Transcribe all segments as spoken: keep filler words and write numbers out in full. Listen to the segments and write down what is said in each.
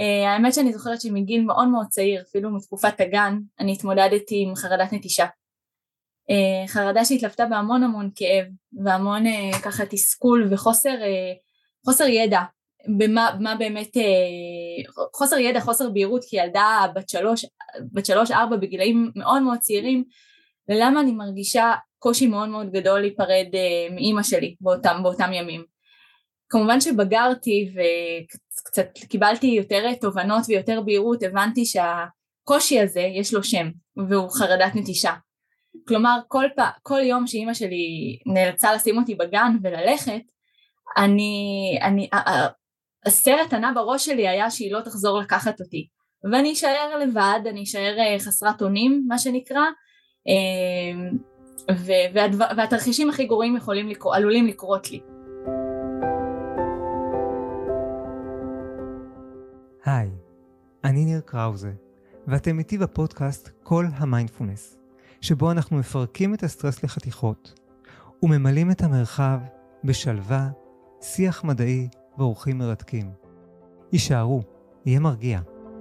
אה, האמת שאני זוכרת שמגיל מאוד מאוד צעיר, אפילו מתקופת הגן, אני התמודדתי עם חרדת נטישה. אה, חרדה שהתלוותה בהמון המון כאב, והמון אה, ככה תסכול וחוסר אה, חוסר ידע, במה מה באמת, אה, חוסר ידע, חוסר בהירות, כי ילדה בת שלוש, בת שלוש ארבע בגילאים מאוד מאוד צעירים, ולמה אני מרגישה קושי מאוד מאוד גדול להיפרד אה, מאמא שלי באותם, באותם ימים. כמובן שבגרתי וקצת קיבלתי יותר תובנות ויותר בהירות, הבנתי שהקושי הזה יש לו שם, והוא חרדת נטישה. כלומר, כל, פע, כל יום שאמא שלי נאלצה לשים אותי בגן וללכת, אני, אני, הסרט ענה בראש שלי היה שהיא לא תחזור לקחת אותי, ואני אשאר לבד, אני אשאר חסרת אונים, מה שנקרא, והדבר, והתרחישים הכי גרועים יכולים לקרות, עלולים לקרות לי. היי, אני ניר קראוזה, ואתם איתי בפודקאסט כל המיינדפולנס, שבו אנחנו מפרקים את הסטרס לחתיכות, וממלאים את המרחב בשלווה, שיח מדעי ואורחים מרתקים. יישארו, יהיה מרגיע.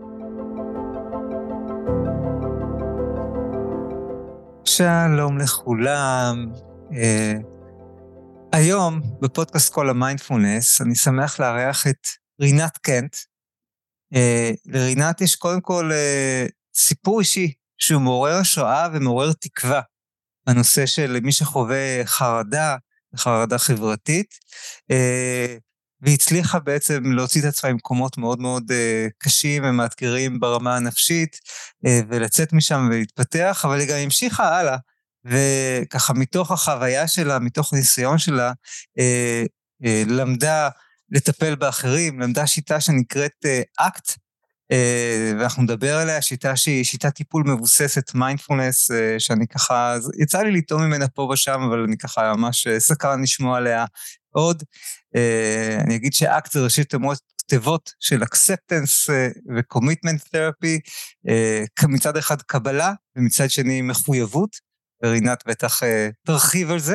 שלום לכולם. אה, היום בפודקאסט כל המיינדפולנס אני שמח לארח את רינת קנט. אה, לרינת יש קודם כל אה, סיפור אישי שהוא מעורר השראה ומעורר תקווה בנושא של מי שחווה חרדה, חרדה חברתית, אה, והצליחה בעצם להוציא את עצמה ממקומות מאוד מאוד אה, קשים ומאתגרים ברמה הנפשית, אה, ולצאת משם ולהתפתח, אבל היא גם המשיכה הלאה, וככה מתוך החוויה שלה, מתוך הניסיון שלה, אה, אה, למדה לטפל באחרים, למדה שיטה שנקראת אה, אקט, Uh, ואנחנו נדבר עליה, שיטה שהיא שיטת טיפול מבוססת מיינדפולנס, uh, שאני ככה, יצא לי לטעום ממנה פה ושם, אבל אני ככה ממש סקרן לשמוע עליה עוד. Uh, אני אגיד שאקט זה ראשית תיבות של acceptance uh, ו-commitment therapy, uh, מצד אחד קבלה, ומצד שני מחויבות, ורינת בטח uh, תרחיב על זה.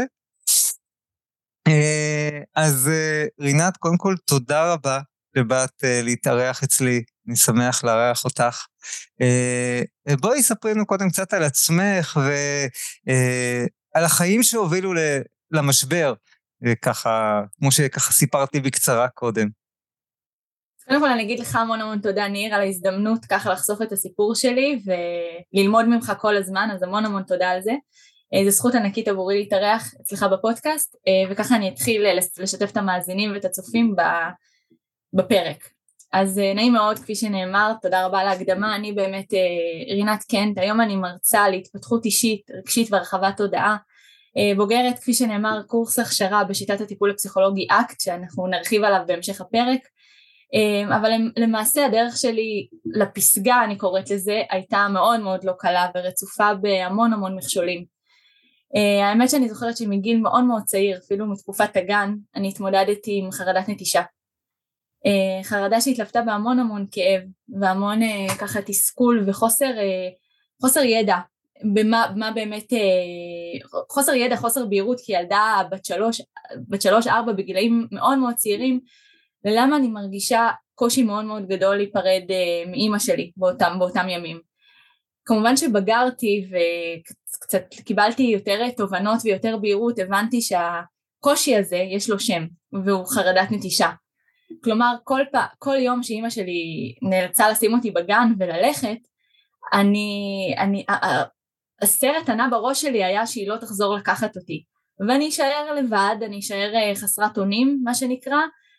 Uh, אז uh, רינת, קודם כל תודה רבה, שבאת uh, להתארח אצלי, אני שמח לארח אותך. Uh, בואי ספרי לנו קודם קצת על עצמך, ועל uh, החיים שהובילו ל- למשבר, uh, ככה, כמו שככה סיפרתי בקצרה קודם. קודם כל אני אגיד לך המון המון תודה ניר על ההזדמנות ככה לחשוף את הסיפור שלי, וללמוד ממך כל הזמן, אז המון המון תודה על זה. זו זכות ענקית עבורי להתארח אצלך בפודקאסט, וככה אני אתחיל לשתף את המאזינים ואת הצופים בפרק. אז נעים מאוד, כפי שנאמר, תודה רבה על ההקדמה. אני באמת רינת קנט, היום אני מרצה להתפתחות אישית, רגשית והרחבת תודעה, בוגרת, כפי שנאמר, קורס הכשרה בשיטת הטיפול הפסיכולוגי אקט, שאנחנו נרחיב עליו בהמשך הפרק, אבל למעשה הדרך שלי לפסגה, אני קוראת לזה, הייתה מאוד מאוד לא קלה ורצופה בהמון המון מכשולים. האמת שאני זוכרת שמגיל מאוד מאוד צעיר, אפילו מתקופת הגן, אני התמודדתי עם חרדת נטישה. חרדה שהתלוותה בהמון המון כאב, והמון ככה תסכול וחוסר חוסר ידע, במה מה באמת, חוסר ידע, חוסר בהירות, כי ילדה בת שלוש, בת שלוש ארבע בגילאים מאוד מאוד צעירים, ולמה אני מרגישה קושי מאוד מאוד גדול להיפרד מאמא שלי באותם, באותם ימים. כמובן שבגרתי וקצת קיבלתי יותר תובנות ויותר בהירות, הבנתי שהקושי הזה יש לו שם, והוא חרדת נטישה. כלומר, כל, פע, כל יום שאמא שלי נאלצה לשים אותי בגן וללכת, אני, אני, הסרט ענה בראש שלי היה שהיא לא תחזור לקחת אותי, ואני אשאר לבד, אני אשאר חסרת אונים, מה שנקרא,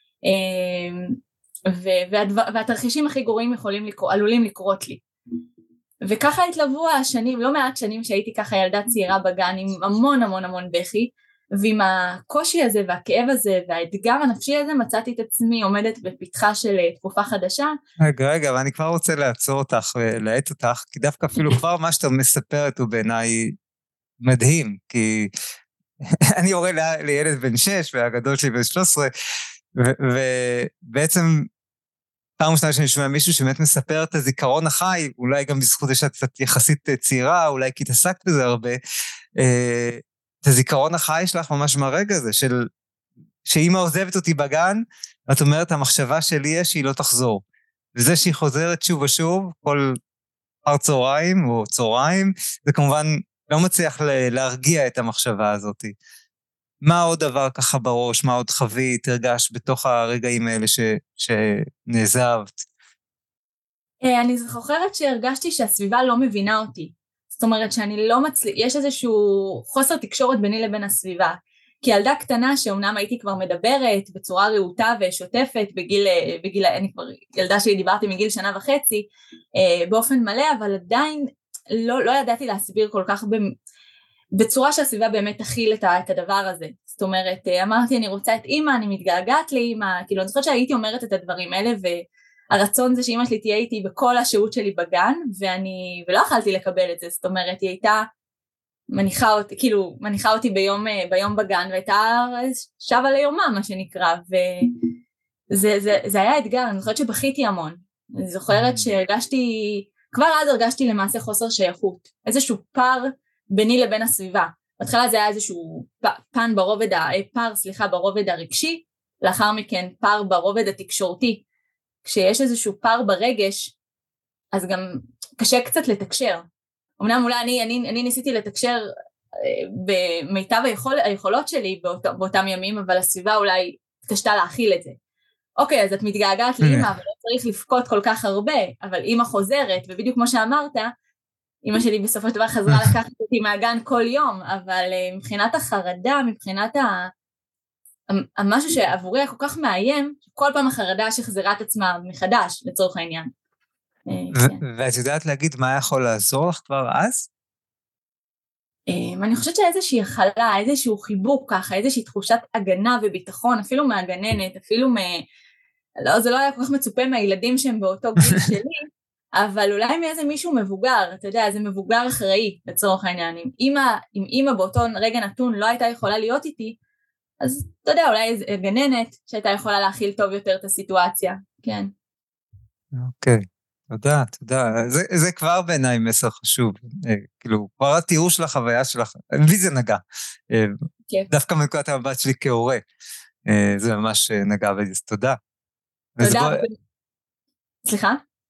והדבר, והתרחישים הכי גרועים יכולים לקרות, עלולים לקרות לי. וככה התלוו השנים, לא מעט שנים שהייתי ככה ילדה צעירה בגן עם המון המון המון בכי, ועם הקושי הזה והכאב הזה והאתגר הנפשי הזה מצאתי את עצמי עומדת בפתחה של תקופה חדשה. רגע, רגע, ואני כבר רוצה לעצור אותך ולעט אותך, כי דווקא אפילו כבר מה שאתה מספרת הוא בעיניי מדהים, כי אני הורה לילד בן שש והגדול שלי בן שלוש עשרה, ובעצם פעם ראשונה שאני שומע מישהו שבאמת מספר את הזיכרון החי, אולי גם בזכות שאת קצת יחסית צעירה, אולי כי התעסקת בזה הרבה, את הזיכרון החי שלך ממש מהרגע הזה, של, שאמא עוזבת אותי בגן, ואת אומרת, המחשבה שלי יש שהיא לא תחזור. וזה שהיא חוזרת שוב ושוב, כל אחר צהריים או צהריים, זה כמובן לא מצליח להרגיע את המחשבה הזאת. מה עוד דבר ככה בראש, מה עוד חווית, הרגש בתוך הרגעים האלה ש, שנעזבת? אני זוכרת שהרגשתי שהסביבה לא מבינה אותי. זאת אומרת שאני לא מצליח, יש איזשהו חוסר תקשורת ביני לבין הסביבה. כי ילדה קטנה שאומנם הייתי כבר מדברת בצורה רעותה ושוטפת בגיל, בגיל, אני כבר ילדה שדיברתי מגיל שנה וחצי, באופן מלא, אבל עדיין לא, לא ידעתי להסביר כל כך בצורה שהסביבה באמת תכיל את הדבר הזה. זאת אומרת, אמרתי אני רוצה את אמא, אני מתגעגעת לאמא, כאילו אני זוכרת שהייתי אומרת את הדברים האלה, והרצון זה שאמא שלי תהיה איתי בכל השהות שלי בגן, ואני, ולא יכלתי לקבל את זה, זאת אומרת, היא הייתה מניחה אותי, כאילו מניחה אותי ביום, ביום בגן, והייתה שווה ליומה מה שנקרא, וזה זה, זה היה אתגר. אני זוכרת שבכיתי המון, אני זוכרת שהרגשתי, כבר אז הרגשתי למעשה חוסר שייכות, איזשהו פער ביני לבין הסביבה. בהתחלה זה היה איזשהו פן ברובד, פער, סליחה, ברובד הרגשי, לאחר מכן פער ברובד התקשורתי. כשיש איזשהו פער ברגש, אז גם קשה קצת לתקשר. אמנם אולי אני, אני, אני ניסיתי לתקשר במיטב היכול, היכולות שלי באות, באותם ימים, אבל הסביבה אולי תשתה להכיל את זה. אוקיי, אז את מתגעגעת לאמא, אבל לא צריך לפקות כל כך הרבה, אבל אמא חוזרת, ובדיוק כמו שאמרת, אמא שלי בסופו של דבר חזרה לקחת אותי מהגן כל יום, אבל מבחינת החרדה, מבחינת ה... המשהו שעבורי היה כל כך מאיים, כל פעם החרדה שחזרה את עצמה מחדש, לצורך העניין. ואת יודעת להגיד מה יכול לעזור לך כבר אז? אני חושבת שאיזושהי החלה, איזשהו חיבוק ככה, איזושהי תחושת הגנה וביטחון, אפילו מהגננת, אפילו מ... לא, זה לא היה כל כך מצופה מהילדים שהם באותו גיל שלי, אבל אולי מאיזה מישהו מבוגר, אתה יודע, איזה מבוגר אחראי, לצורך העניין. אם אמא, אם אמא באותו רגע נתון לא הייתה יכולה להיות איתי, אז אתה יודע, אולי איזה גננת שהייתה יכולה להכיל טוב יותר את הסיטואציה, כן. אוקיי, תודה, תודה. זה, זה כבר בעיניי מסר חשוב. כאילו, כבר התיאור של החוויה שלך, בי זה נגע. דווקא מנקודת המבט שלי כהורה, זה ממש נגע, אז תודה. תודה. סליחה?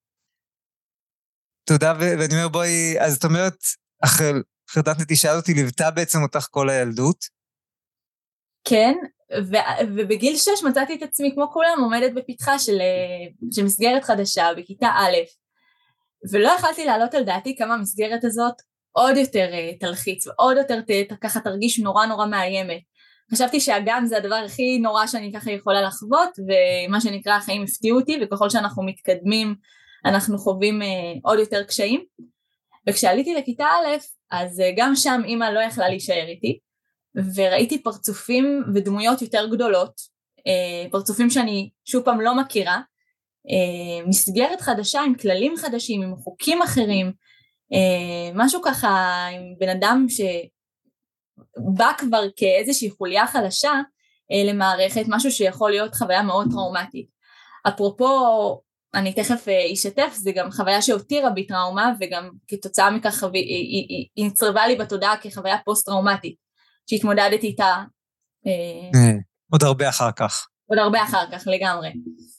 תודה, ואני אומר בואי, אז את אומרת, חרדת נטישה אותי ליוותה בעצם אותך כל הילדות? כן, ובגיל שש מצאתי את עצמי כמו כולם עומדת בפתחה של, של מסגרת חדשה בכיתה א', ולא יכלתי לעלות על דעתי כמה המסגרת הזאת עוד יותר תלחיץ, ועוד יותר ככה תרגיש נורא נורא מאיימת. חשבתי שהגן זה הדבר הכי נורא שאני ככה יכולה לחוות, ומה שנקרא החיים הפתיעו אותי, וככל שאנחנו מתקדמים אנחנו חווים עוד יותר קשיים. וכשעליתי לכיתה א', אז גם שם אמא לא יכלה להישאר איתי, וראיתי פרצופים ודמויות יותר גדולות, פרצופים שאני שוב פעם לא מכירה, מסגרת חדשה עם כללים חדשים, עם חוקים אחרים, משהו ככה עם בן אדם שבא כבר כאיזושהי חוליה חלשה למערכת, משהו שיכול להיות חוויה מאוד טראומטית. אפרופו, אני תכף אשתף, זה גם חוויה שהותירה בי טראומה, וגם כתוצאה מכך היא, היא, היא, היא נצרבה לי בתודעה כחוויה פוסט-טראומטית, שהתמודדתי איתה. עוד הרבה אחר כך. עוד הרבה אחר כך, לגמרי.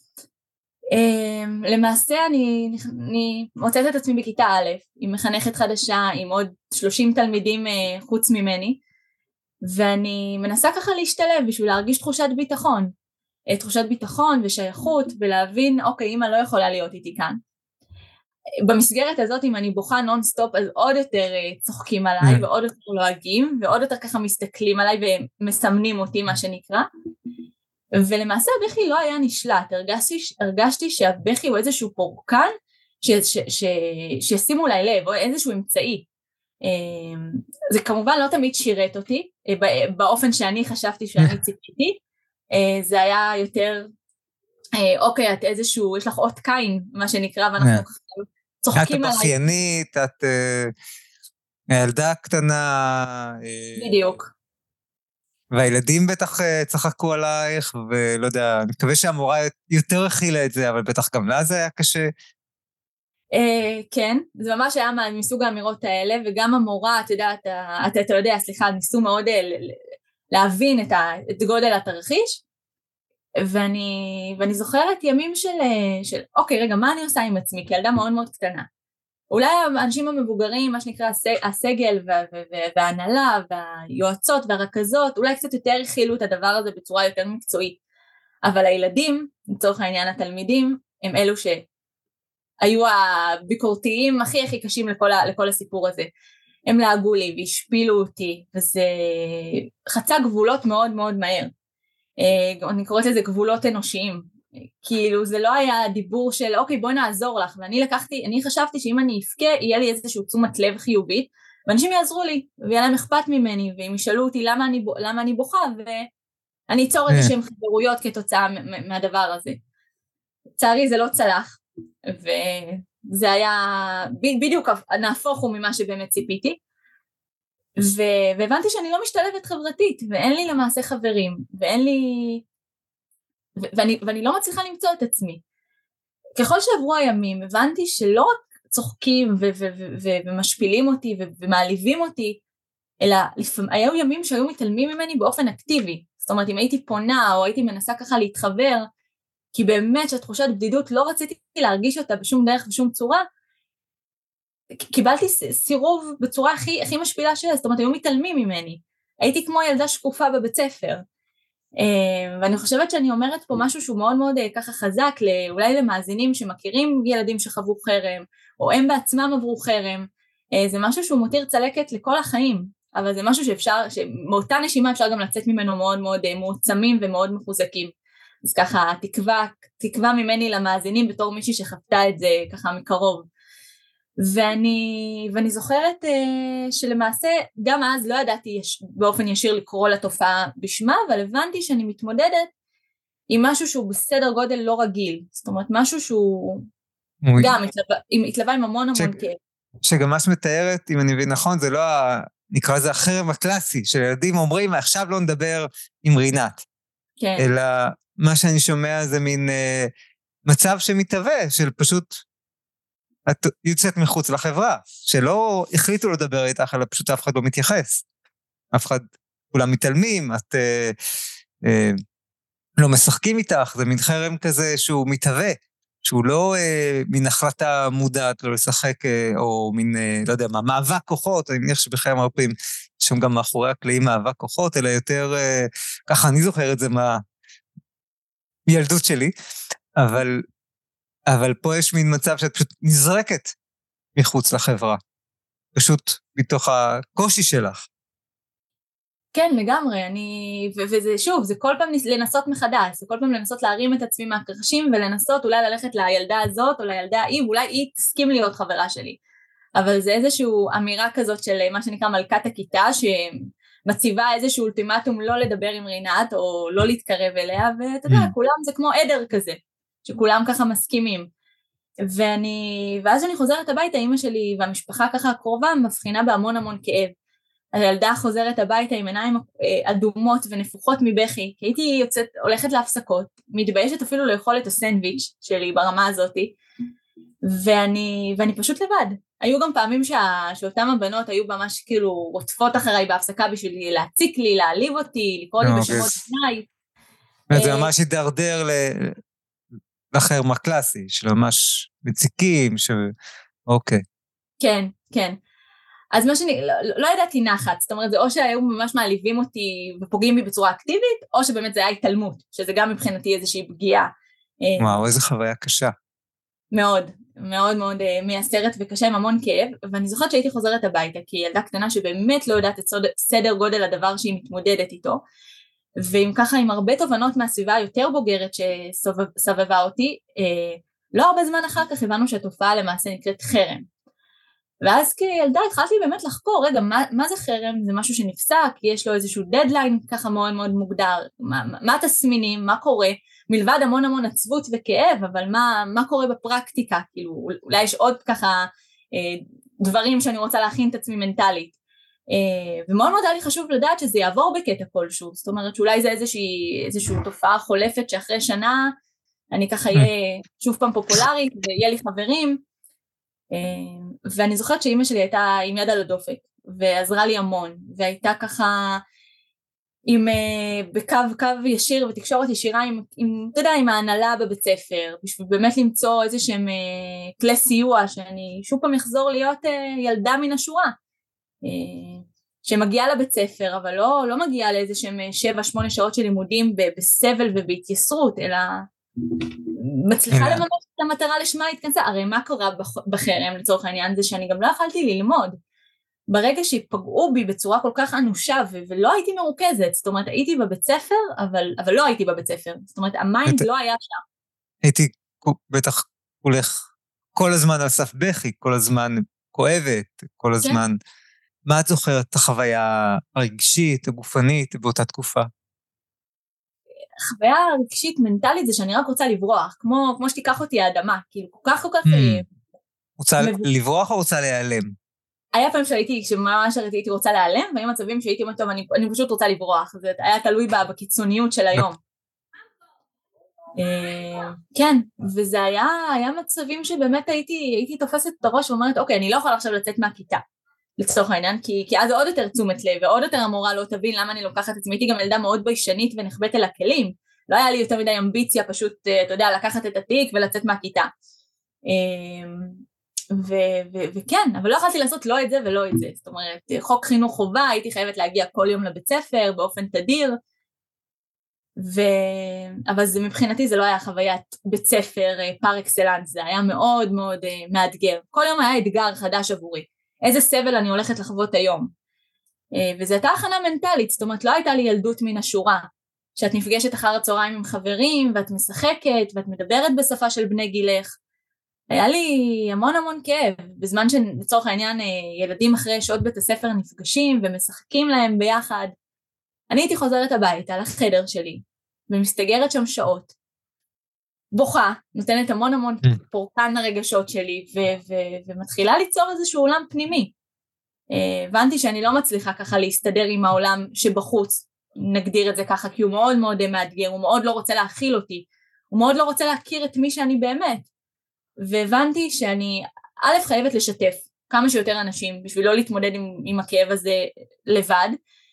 למעשה אני, אני מוצאת את עצמי בכיתה א', עם מחנכת חדשה, עם עוד שלושים תלמידים חוץ ממני, ואני מנסה ככה להשתלב בשביל להרגיש תחושת ביטחון, תחושת ביטחון ושייכות, ולהבין, אוקיי, אמא לא יכולה להיות איתי כאן. במסגרת הזאת, אם אני בוכה נונסטופ, אז עוד יותר צוחקים עליי, ועוד יותר לועגים, ועוד יותר ככה מסתכלים עליי, ומסמנים אותי, מה שנקרא. ולמעשה הבכי לא היה נשלט, הרגשתי, הרגשתי שהבכי הוא איזשהו פורקן, שישימו לי לב, או איזשהו אמצעי. זה כמובן לא תמיד שירת אותי, באופן שאני חשבתי שאני ציפיתי, זה היה יותר, אוקיי, את איזשהו, יש לך אות קין, מה שנקרא, ואנחנו צוחקים עליי. את הבכיינית, את ילדה קטנה. בדיוק. והילדים בטח צחקו עלייך, ולא יודע, אני מקווה שהמורה יותר הכילה את זה, אבל בטח גם לה זה היה קשה. כן, זה ממש היה מסוג האמירות האלה, וגם המורה, אתה יודע, אתה יודע, סליחה, ניסו מאוד להבין את גודל התרחיש, ואני, ואני זוכרת ימים של, של, אוקיי, רגע, מה אני עושה עם עצמי? כילדה מאוד מאוד קטנה. אולי האנשים המבוגרים, מה שנקרא הסגל וההנהלה והיועצות והרכזות, אולי קצת יותר הכילו את הדבר הזה בצורה יותר מקצועית. אבל הילדים, לצורך העניין התלמידים, הם אלו שהיו הביקורתיים הכי הכי קשים לכל, לכל הסיפור הזה. הם לעגו לי והשפילו אותי, וזה חצה גבולות מאוד מאוד מהר. אני קוראת לזה גבולות אנושיים. כאילו זה לא היה דיבור של אוקיי בואי נעזור לך, ואני לקחתי, אני חשבתי שאם אני אפקה יהיה לי איזשהו תשומת לב חיובית, ואנשים יעזרו לי, ויהיה להם אכפת ממני, והם ישאלו אותי למה אני, למה אני בוכה, ואני אצור איזה שהם חברויות כתוצאה מהדבר הזה. לצערי זה לא צלח, וזה היה בדיוק נהפוך הוא ממה שבאמת ציפיתי, והבנתי שאני לא משתלבת חברתית, ואין לי למעשה חברים, ואין לי... ואני, ואני לא מצליחה למצוא את עצמי. ככל שעברו הימים, הבנתי שלא רק צוחקים ו- ו- ו- ו- ומשפילים אותי ו- ומעליבים אותי, אלא לפעמים, היו ימים שהיו מתעלמים ממני באופן אקטיבי. זאת אומרת, אם הייתי פונה או הייתי מנסה ככה להתחבר, כי באמת שהתחושת בדידות לא רציתי להרגיש אותה בשום דרך ושום צורה, קיבלתי סירוב בצורה הכי, הכי משפילה שלה, זאת אומרת, היו מתעלמים ממני. הייתי כמו ילדה שקופה בבית ספר. ואני חושבת שאני אומרת פה משהו שהוא מאוד מאוד ככה חזק, אולי למאזינים שמכירים ילדים שחוו חרם, או הם בעצמם עברו חרם, זה משהו שהוא מותיר צלקת לכל החיים, אבל זה משהו שאפשר, שמאותה נשימה אפשר גם לצאת ממנו מאוד מאוד מועצמים ומאוד מחוזקים. אז ככה, תקווה, תקווה ממני למאזינים בתור מישהי שחוותה את זה ככה מקרוב. ואני, ואני זוכרת uh, שלמעשה גם אז לא ידעתי יש, באופן ישיר לקרוא לתופעה בשמה, אבל הבנתי שאני מתמודדת עם משהו שהוא בסדר גודל לא רגיל, זאת אומרת משהו שהוא מוי. גם התלווה עם, התלווה עם המון המון כאב. שגם מה שמתארת, אם אני מבין נכון, זה לא, ה, נקרא לזה החרם הקלאסי, שילדים אומרים, עכשיו לא נדבר עם רינת. כן. אלא מה שאני שומע זה מין uh, מצב שמתהווה, של פשוט... את יוצאת מחוץ לחברה, שלא החליטו לדבר איתך, אלא פשוט אף אחד לא מתייחס. אף אחד, כולם מתעלמים, את אה, אה, לא משחקים איתך, זה מין חרם כזה שהוא מתהווה, שהוא לא אה, מין החלטה מודעת לא לשחק, אה, או מין, אה, לא יודע מה, מאבק כוחות, אני מניח שבחיי המרפאים, שם גם מאחורי הקלעים מאבק כוחות, אלא יותר, אה, ככה אני זוכר את זה מהילדות שלי, אבל... אבל פה יש מין מצב שאת פשוט נזרקת מחוץ לחברה, פשוט מתוך הקושי שלך. כן, לגמרי, אני, ו- וזה שוב, זה כל פעם לנסות מחדש, זה כל פעם לנסות להרים את עצמי מהקרשים, ולנסות אולי ללכת לילדה הזאת, או לילדה היא, אולי היא תסכים להיות חברה שלי. אבל זה איזושהי אמירה כזאת של מה שנקרא מלכת הכיתה, שמציבה איזשהו אולטימטום לא לדבר עם רינת, או לא להתקרב אליה, ואתה יודע, כולם זה כמו עדר כזה. שכולם ככה מסכימים, ואני, ואז אני חוזרת הביתה, אמא שלי והמשפחה ככה הקרובה מבחינה בהמון המון כאב, הילדה חוזרת הביתה עם עיניים אדומות ונפוחות מבכי, כי הייתי יוצאת, הולכת להפסקות, מתביישת אפילו לאכול את הסנדוויץ' שלי ברמה הזאת, ואני, ואני פשוט לבד, היו גם פעמים שה, שאותם הבנות היו ממש כאילו רודפות אחריי בהפסקה בשביל להציק לי, להעליב אותי, לקרוא לי בשמות פניי. זה ממש הידרדר ל... לחרם הקלאסי, של ממש מציקים, ש... אוקיי. כן, כן. אז מה שאני, לא, לא ידעתי נחת, זאת אומרת, זה או שהיו ממש מעליבים אותי ופוגעים בי בצורה אקטיבית, או שבאמת זה היה התעלמות, שזה גם מבחינתי איזושהי פגיעה. וואו, איזו חוויה קשה. מאוד, מאוד מאוד מייסרת וקשה עם המון כאב, ואני זוכרת שהייתי חוזרת הביתה, כי ילדה קטנה שבאמת לא יודעת את סדר גודל הדבר שהיא מתמודדת איתו, ואם ככה עם הרבה תובנות מהסביבה היותר בוגרת שסובבה אותי, לא הרבה זמן אחר כך הבנו שהתופעה למעשה נקראת חרם. ואז כילדה התחלתי באמת לחקור, רגע, מה, מה זה חרם? זה משהו שנפסק, יש לו איזשהו דדליין ככה מאוד מאוד מוגדר, מה, מה התסמינים, מה קורה, מלבד המון המון עצבות וכאב, אבל מה, מה קורה בפרקטיקה? כאילו, אולי יש עוד ככה דברים שאני רוצה להכין את עצמי מנטלית. ומאוד מאוד היה לי חשוב לדעת שזה יעבור בקטע כלשהו, זאת אומרת שאולי זה איזושהי, איזושהי תופעה חולפת שאחרי שנה אני ככה אהיה שוב פעם פופולרית ויהיה לי חברים, ואני זוכרת שאמא שלי הייתה עם יד על הדופק ועזרה לי המון, והייתה ככה, עם, uh, בקו, קו ישיר ותקשורת ישירה עם, עם, אתה יודע, עם ההנהלה בבית ספר, בשביל באמת למצוא איזה שהם uh, כלי סיוע, שאני שוב פעם יחזור להיות uh, ילדה מן השורה, uh, שמגיעה לבית ספר, אבל לא, לא מגיעה לאיזה שהם שבע, שמונה שעות של לימודים בסבל ובהתייסרות, אלא מצליחה לממש את המטרה לשמה התכנסה. הרי מה קורה בחרם לצורך העניין זה שאני גם לא יכלתי ללמוד, ברגע שפגעו בי בצורה כל כך אנושה, ולא הייתי מרוכזת, זאת אומרת, הייתי בבית ספר, אבל, אבל לא הייתי בבית ספר, זאת אומרת, המיינד לא היה שם. הייתי בטח הולך כל הזמן על סף בכי, כל הזמן כואבת, כל הזמן. מה את זוכרת את החוויה הרגשית, הגופנית, באותה תקופה? החוויה הרגשית, מנטלית, זה שאני רק רוצה לברוח, כמו, כמו שתיקח אותי האדמה, כאילו, כל כך, כל כך... רוצה לברוח או רוצה להיעלם? היה פעמים שהייתי, שממש הייתי רוצה להיעלם, והיו מצבים שהייתי אומרת, טוב, אני, אני פשוט רוצה לברוח, זה היה תלוי בה בקיצוניות של היום. כן, וזה היה, היה מצבים שבאמת הייתי, הייתי תופסת את הראש ואומרת, אוקיי, אני לא יכולה עכשיו לצאת מהכיתה, לצורך העניין, כי, כי אז עוד יותר תשומת לב, ועוד יותר המורה לא תבין למה אני לוקחת את עצמי, הייתי גם ילדה מאוד ביישנית ונחבאת אל הכלים, לא היה לי יותר מדי אמביציה, פשוט, אתה יודע, לקחת את התיק ולצאת מהכיתה. ו- ו- וכן, אבל לא יכולתי לעשות לא את זה ולא את זה, זאת אומרת, חוק חינוך חובה, הייתי חייבת להגיע כל יום לבית ספר, באופן תדיר, ו- אבל זה, מבחינתי זה לא היה חוויית בית ספר פר אקסלנס, זה היה מאוד מאוד uh, מאתגר, כל יום היה אתגר חדש עבורי, איזה סבל אני הולכת לחוות היום, uh, וזה הייתה הכנה מנטלית, זאת אומרת, לא הייתה לי ילדות מן השורה, שאת נפגשת אחר הצהריים עם חברים, ואת משחקת, ואת מדברת בשפה של בני גילך, היה לי המון המון כאב, בזמן שלצורך העניין ילדים אחרי שעות בית הספר נפגשים ומשחקים להם ביחד. אני הייתי חוזרת הביתה לחדר שלי, ומסתגרת שם שעות, בוכה, נותנת המון המון פורקן לרגשות שלי, ו- ו- ומתחילה ליצור איזשהו עולם פנימי. הבנתי שאני לא מצליחה ככה להסתדר עם העולם שבחוץ, נגדיר את זה ככה, כי הוא מאוד מאוד מאתגר, הוא מאוד לא רוצה להכיל אותי, הוא מאוד לא רוצה להכיר את מי שאני באמת. והבנתי שאני א' חייבת לשתף כמה שיותר אנשים בשביל לא להתמודד עם, עם הכאב הזה לבד,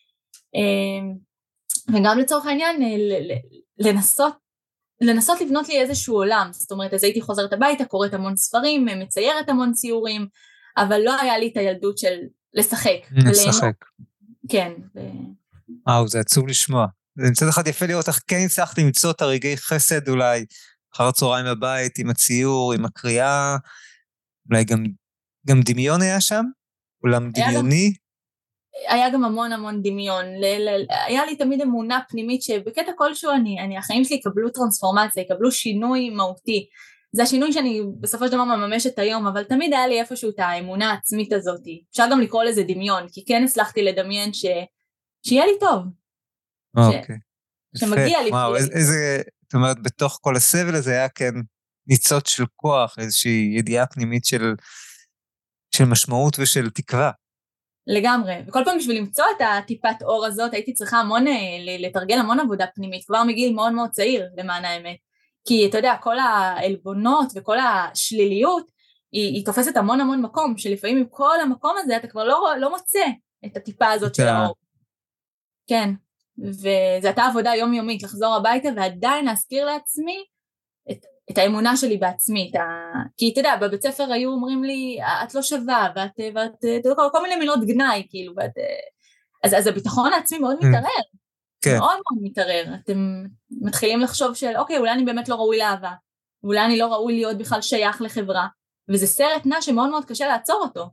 וגם לצורך העניין לנסות, לנסות לבנות לי איזשהו עולם, זאת אומרת, אז הייתי חוזרת הביתה, קוראת המון ספרים, מציירת המון ציורים, אבל לא היה לי את הילדות של לשחק. לשחק. כן. וואו, זה עצוב לשמוע. זה מצד אחד יפה לראות איך כן הצלחת למצוא את הרגעי חסד אולי, אחר הצהריים בבית, עם הציור, עם הקריאה, אולי גם, גם דמיון היה שם? אולם דמיוני? גם, היה גם המון המון דמיון, ל, ל, היה לי תמיד אמונה פנימית שבקטע כלשהו אני, אני, החיים שלי יקבלו טרנספורמציה, יקבלו שינוי מהותי, זה השינוי שאני בסופו של דבר מממשת היום, אבל תמיד היה לי איפשהו את האמונה העצמית הזאת, אפשר גם לקרוא לזה דמיון, כי כן הצלחתי לדמיין ש, שיהיה לי טוב. אוקיי. ש, שמגיע לי. וואו, איזה... איזה... זאת אומרת, בתוך כל הסבל הזה היה כן ניצוץ של כוח, איזושהי ידיעה פנימית של, של משמעות ושל תקווה. לגמרי, וכל פעם בשביל למצוא את הטיפת אור הזאת, הייתי צריכה המון, לתרגל המון עבודה פנימית, כבר מגיל מאוד מאוד צעיר, למען האמת. כי אתה יודע, כל העלבונות וכל השליליות, היא, היא תופסת המון המון מקום, שלפעמים עם כל המקום הזה, אתה כבר לא, לא מוצא את הטיפה הזאת של האור. כן. וזו הייתה עבודה יומיומית לחזור הביתה ועדיין להזכיר לעצמי את, את האמונה שלי בעצמי, את ה... כי אתה יודע, בבית ספר היו אומרים לי את לא שווה ואת, ואת, ואת כל מיני מילות גנאי כאילו, ואת, אז, אז הביטחון העצמי מאוד מתערער, כן. מאוד מאוד מתערער, אתם מתחילים לחשוב של אוקיי, אולי אני באמת לא ראוי לאהבה, אולי אני לא ראוי להיות בכלל שייך לחברה, וזה סרט נע שמאוד מאוד קשה לעצור אותו.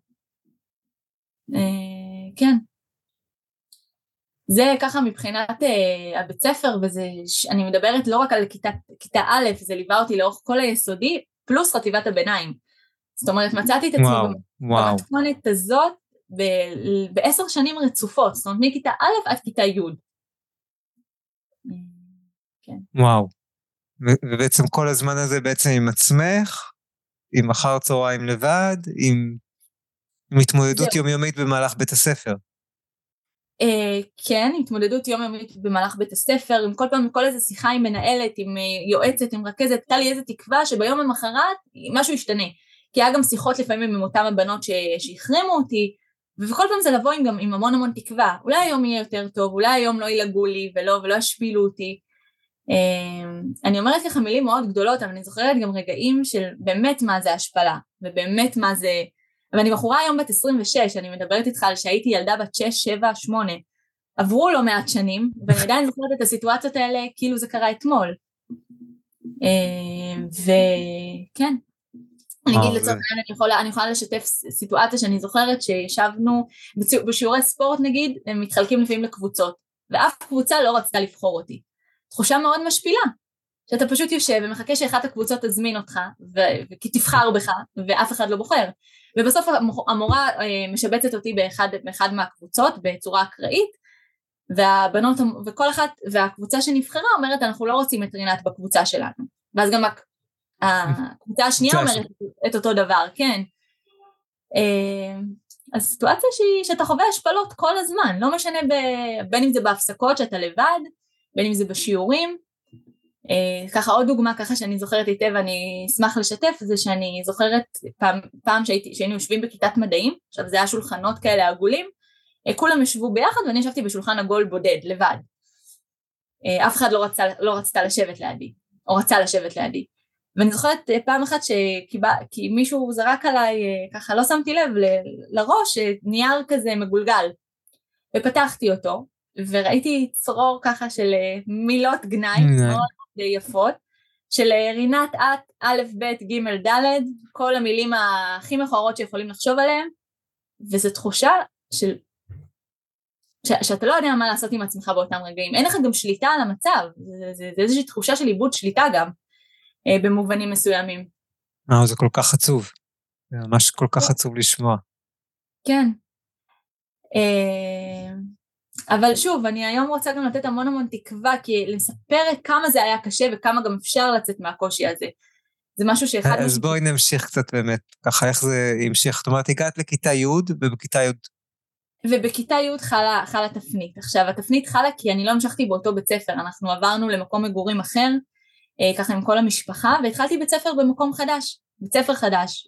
כן. זה ככה מבחינת uh, הבית ספר, וזה, אני מדברת לא רק על כיתה, כיתה א', זה ליווה אותי לאורך כל היסודי, פלוס חטיבת הביניים. זאת אומרת, מצאתי את עצמי במתכונת הזאת ב- בעשר שנים רצופות, זאת אומרת, מכיתה א' עד כיתה י'. כן. וואו. ו- ובעצם כל הזמן הזה בעצם עם עצמך, עם אחר צהריים לבד, עם, עם התמודדות יומיומית במהלך בית הספר. Uh, כן, התמודדות יומיומית במהלך בית הספר, עם כל פעם, כל איזה שיחה עם מנהלת, עם uh, יועצת, עם רכזת, הייתה לי איזה תקווה שביום המחרת משהו ישתנה, כי היה גם שיחות לפעמים עם אותם הבנות ש... שהחרימו אותי, וכל פעם זה לבוא עם, גם, עם המון המון תקווה, אולי היום יהיה יותר טוב, אולי היום לא ילגו לי ולא, ולא ישפילו אותי. אני אומרת לך מילים מאוד גדולות, אבל אני זוכרת גם רגעים של באמת מה זה השפלה, ובאמת מה זה, ואני בחורה היום בת עשרים ושש, אני מדברת איתך על שהייתי ילדה בת שש, שבע, שמונה, עברו לא מעט שנים, ואני עדיין זוכרת את הסיטואציות האלה כאילו זה קרה אתמול. וכן, אני אגיד לצורך העניין, אני יכולה, אני יכולה לשתף סיטואציה שאני זוכרת שישבנו בשיעורי ספורט נגיד, הם מתחלקים לפעמים לקבוצות, ואף קבוצה לא רצתה לבחור אותי. תחושה מאוד משפילה, שאתה פשוט יושב ומחכה שאחת הקבוצות תזמין אותך, וכי תבחר בך, ואף אחד לא בוחר. ובסוף המורה משבצת אותי באחד, באחד מהקבוצות בצורה אקראית, והבנות, וכל אחת, והקבוצה שנבחרה אומרת, אנחנו לא רוצים את רינת בקבוצה שלנו. ואז גם הקבוצה השנייה אומרת את אותו דבר, כן. אז סיטואציה שאתה חווה השפלות כל הזמן, לא משנה בין אם זה בהפסקות שאתה לבד, בין אם זה בשיעורים. ככה עוד דוגמה ככה שאני זוכרת היטב, אני אשמח לשתף, זה שאני זוכרת פעם, פעם שהייתי, שהיינו יושבים בכיתת מדעים, עכשיו זה היה שולחנות כאלה עגולים, כולם ישבו ביחד ואני ישבתי בשולחן עגול בודד, לבד. אף אחד לא רצה, לא רצתה לשבת לידי, או רצה לשבת לידי. ואני זוכרת פעם אחת שקיבה, כי מישהו זרק עליי, ככה לא שמתי לב לראש, נייר כזה מגולגל, ופתחתי אותו, וראיתי צרור ככה של מילות גנאי, מאוד יפות, של רינת את, א', ב', ג', ד', כל המילים הכי מכוערות שיכולים לחשוב עליהם, וזו תחושה של, ש, שאתה לא יודע מה לעשות עם עצמך באותם רגעים, אין לך גם שליטה על המצב, זה, זה, זה איזושהי תחושה של איבוד שליטה גם, במובנים מסוימים. אה, זה כל כך עצוב, זה ממש כל כך עצוב לשמוע. כן. אבל שוב, אני היום רוצה גם לתת המון המון תקווה, כי לספר כמה זה היה קשה וכמה גם אפשר לצאת מהקושי הזה. זה משהו שאחד... אז בואי נמשיך קצת באמת, ככה איך זה המשיך. זאת אומרת, הגעת לכיתה י' ובכיתה י'. ובכיתה י' חלה, חלה תפנית. עכשיו, התפנית חלה כי אני לא המשכתי באותו בית ספר, אנחנו עברנו למקום מגורים אחר, ככה עם כל המשפחה, והתחלתי בית ספר במקום חדש, בית ספר חדש.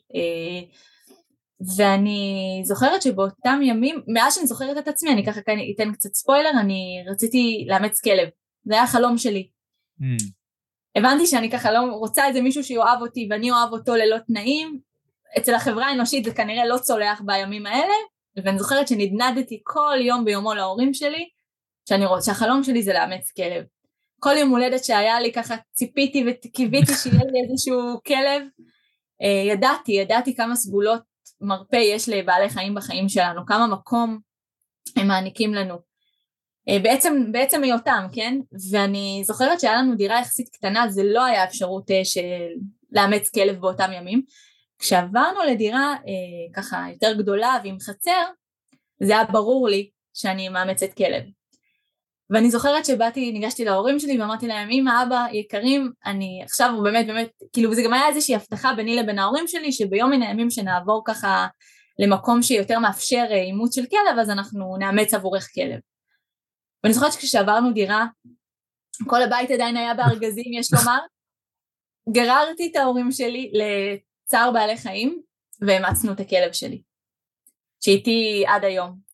ואני זוכרת שבאותם ימים, מאז שאני זוכרת את עצמי, אני ככה כאן אתן קצת ספוילר, אני רציתי לאמץ כלב, זה היה חלום שלי. Mm. הבנתי שאני ככה לא רוצה איזה מישהו שיואב אותי, ואני אוהב אותו ללא תנאים, אצל החברה האנושית זה כנראה לא צולח בימים האלה, ואני זוכרת שנדנדתי כל יום ביומו להורים שלי, שאני רוצה, שהחלום שלי זה לאמץ כלב. כל יום הולדת שהיה לי ככה ציפיתי וקיוויתי שיהיה לי איזשהו כלב, ידעתי, ידעתי כמה סגולות מרפא יש לבעלי חיים בחיים שלנו, כמה מקום הם מעניקים לנו, בעצם, בעצם היותם, כן? ואני זוכרת שהיה לנו דירה יחסית קטנה, זה לא היה אפשרות של לאמץ כלב באותם ימים, כשעברנו לדירה ככה יותר גדולה ועם חצר, זה היה ברור לי שאני מאמצת כלב. ואני זוכרת שבאתי, ניגשתי להורים שלי ואמרתי להם, אמא, אבא, יקרים, אני עכשיו באמת, באמת, כאילו, זה גם היה איזושהי הבטחה ביני לבין ההורים שלי, שביום מן הימים שנעבור ככה למקום שיותר מאפשר אימוץ של כלב, אז אנחנו נאמץ עבורך כלב. ואני זוכרת שכשעברנו דירה, כל הבית עדיין היה בארגזים, יש לומר, גררתי את ההורים שלי לצער בעלי חיים, והמצנו את הכלב שלי, שהייתי עד היום.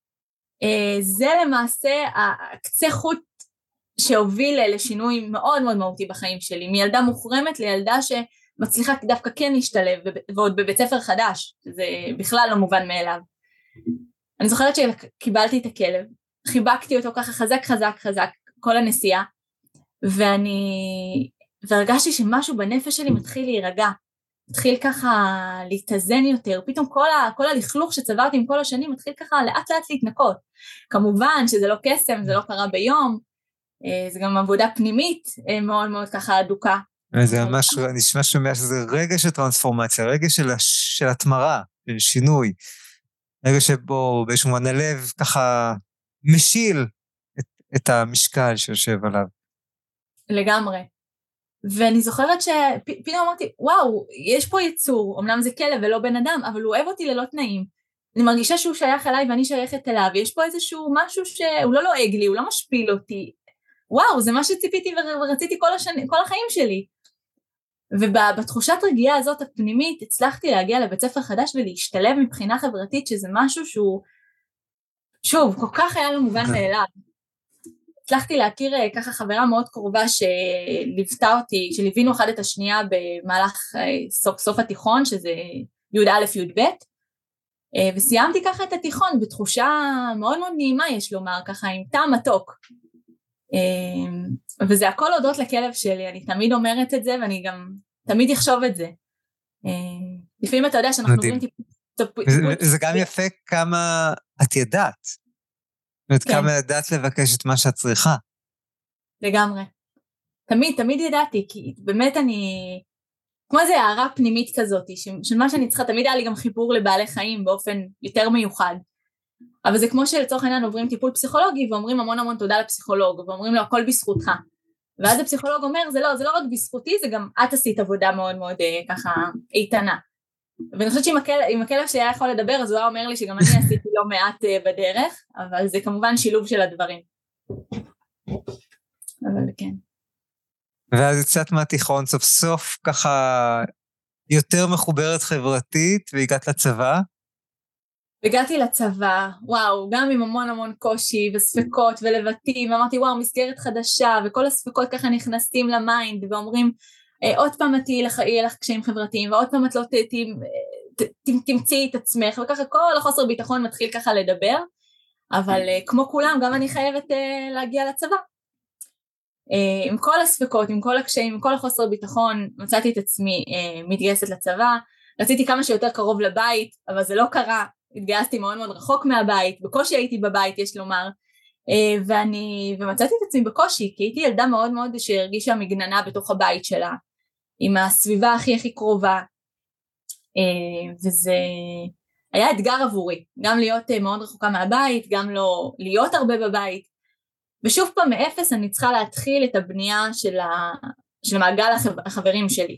זה למעשה הקצה חוט שהוביל לשינוי מאוד מאוד מהותי בחיים שלי, מילדה מוחרמת לילדה שמצליחה דווקא כן להשתלב, ועוד בבית ספר חדש, זה בכלל לא מובן מאליו. אני זוכרת שקיבלתי את הכלב, חיבקתי אותו ככה חזק חזק חזק, כל הנסיעה, ואני, והרגשתי שמשהו בנפש שלי מתחיל להירגע, מתחיל ככה להתאזן יותר, פתאום כל, ה, כל הלכלוך שצברתי עם כל השנים מתחיל ככה לאט לאט להתנקות. כמובן שזה לא קסם, זה לא קרה ביום, זה גם עבודה פנימית מאוד מאוד ככה אדוקה. זה ממש נשמע שומע שזה רגע של טרנספורמציה, רגע של, של התמרה, של שינוי, רגע שבו באיזשהו מובן הלב ככה משיל את, את המשקל שיושב עליו. לגמרי. ואני זוכרת שפתאום אמרתי, וואו, יש פה יצור, אמנם זה כלב ולא בן אדם, אבל הוא אוהב אותי ללא תנאים. אני מרגישה שהוא שייך אליי ואני שייכת אליו, יש פה איזשהו משהו שהוא לא לועג לי, הוא לא משפיל אותי. וואו, זה מה שציפיתי ורציתי כל, השני, כל החיים שלי. ובתחושת רגיעה הזאת הפנימית, הצלחתי להגיע לבית ספר חדש ולהשתלב מבחינה חברתית, שזה משהו שהוא שוב, כל כך היה לו מובן מאליו. הצלחתי להכיר ככה חברה מאוד קרובה שליוותה אותי, שליווינו אחד את השנייה במהלך סוף, סוף התיכון, שזה י' א' י' ב', וסיימתי ככה את התיכון בתחושה מאוד מאוד נעימה, יש לומר, ככה עם טעם מתוק. וזה הכל הודות לכלב שלי, אני תמיד אומרת את זה, ואני גם תמיד אחשוב את זה. לפעמים אתה יודע שאנחנו עוברים טיפול... וזה גם יפה כמה את ידעת. זאת אומרת, כמה ידעת לבקש את מה שאת צריכה. לגמרי. תמיד, תמיד ידעתי, כי באמת אני... כמו איזו הערה פנימית כזאת, של מה שאני צריכה, תמיד היה לי גם חיבור לבעלי חיים באופן יותר מיוחד. אבל זה כמו שלצורך העניין עוברים טיפול פסיכולוגי, ואומרים המון המון תודה לפסיכולוג, ואומרים לו הכל בזכותך. ואז הפסיכולוג אומר, זה לא, זה לא רק בזכותי, זה גם את עשית עבודה מאוד מאוד ככה איתנה. ואני חושבת שאם הכלב, אם הכלב שהיה יכול לדבר, אז הוא היה אומר לי שגם אני עשיתי לא מעט בדרך, אבל זה כמובן שילוב של הדברים. אבל כן. ואז יצאת מהתיכון סוף סוף ככה יותר מחוברת חברתית, והגעת לצבא? הגעתי לצבא, וואו, גם עם המון המון קושי וספקות ולבטים, ואמרתי וואו, מסגרת חדשה, וכל הספקות ככה נכנסים למיינד, ואומרים, עוד פעם את יהיה לך קשיים חברתיים, ועוד פעם את לא תמצאי את עצמך, וככה כל החוסר ביטחון מתחיל ככה לדבר, אבל כמו כולם, גם אני חייבת להגיע לצבא. עם כל הספקות, עם כל הקשיים, עם כל החוסר ביטחון, מצאתי את עצמי מתגייסת לצבא, רציתי כמה שיותר קרוב לבית, אבל זה לא קרה, התגייסתי מאוד מאוד רחוק מהבית, בקושי הייתי בבית, יש לומר, ואני, ומצאתי את עצמי בקושי, כי הייתי ילדה מאוד מאוד שהרגישה מגננה בתוך הבית שלה, עם הסביבה הכי הכי קרובה, וזה היה אתגר עבורי, גם להיות מאוד רחוקה מהבית, גם לא להיות הרבה בבית, ושוב פעם מאפס אני צריכה להתחיל את הבנייה של, ה... של מעגל החברים שלי.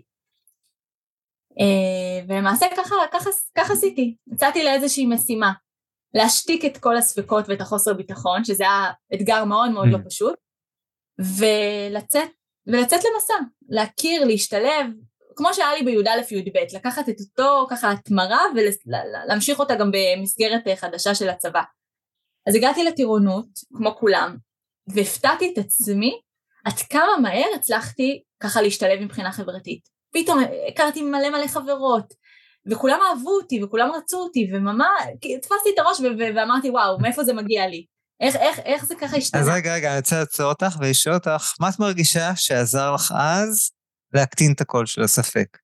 ולמעשה ככה, ככה, ככה עשיתי, הצעתי לאיזושהי משימה, להשתיק את כל הספקות ואת החוסר ביטחון, שזה היה אתגר מאוד מאוד לא פשוט, ולצאת, ולצאת למסע, להכיר, להשתלב, כמו שהיה לי בי"א י"ב, לקחת את אותו ככה התמרה, ולהמשיך אותה גם במסגרת חדשה של הצבא. אז הגעתי לטירונות, כמו כולם, והפתעתי את עצמי, עד כמה מהר הצלחתי ככה להשתלב מבחינה חברתית. פתאום הכרתי מלא מלא חברות, וכולם אהבו אותי, וכולם רצו אותי, וממש, תפסתי את הראש, ואמרתי, וואו, מאיפה זה מגיע לי? איך, איך, איך זה ככה השתנה? אז רגע, רגע, אני רוצה לעצור אותך, ולשאול אותך, מה את מרגישה שעזר לך אז, להקטין את הקול של הספק?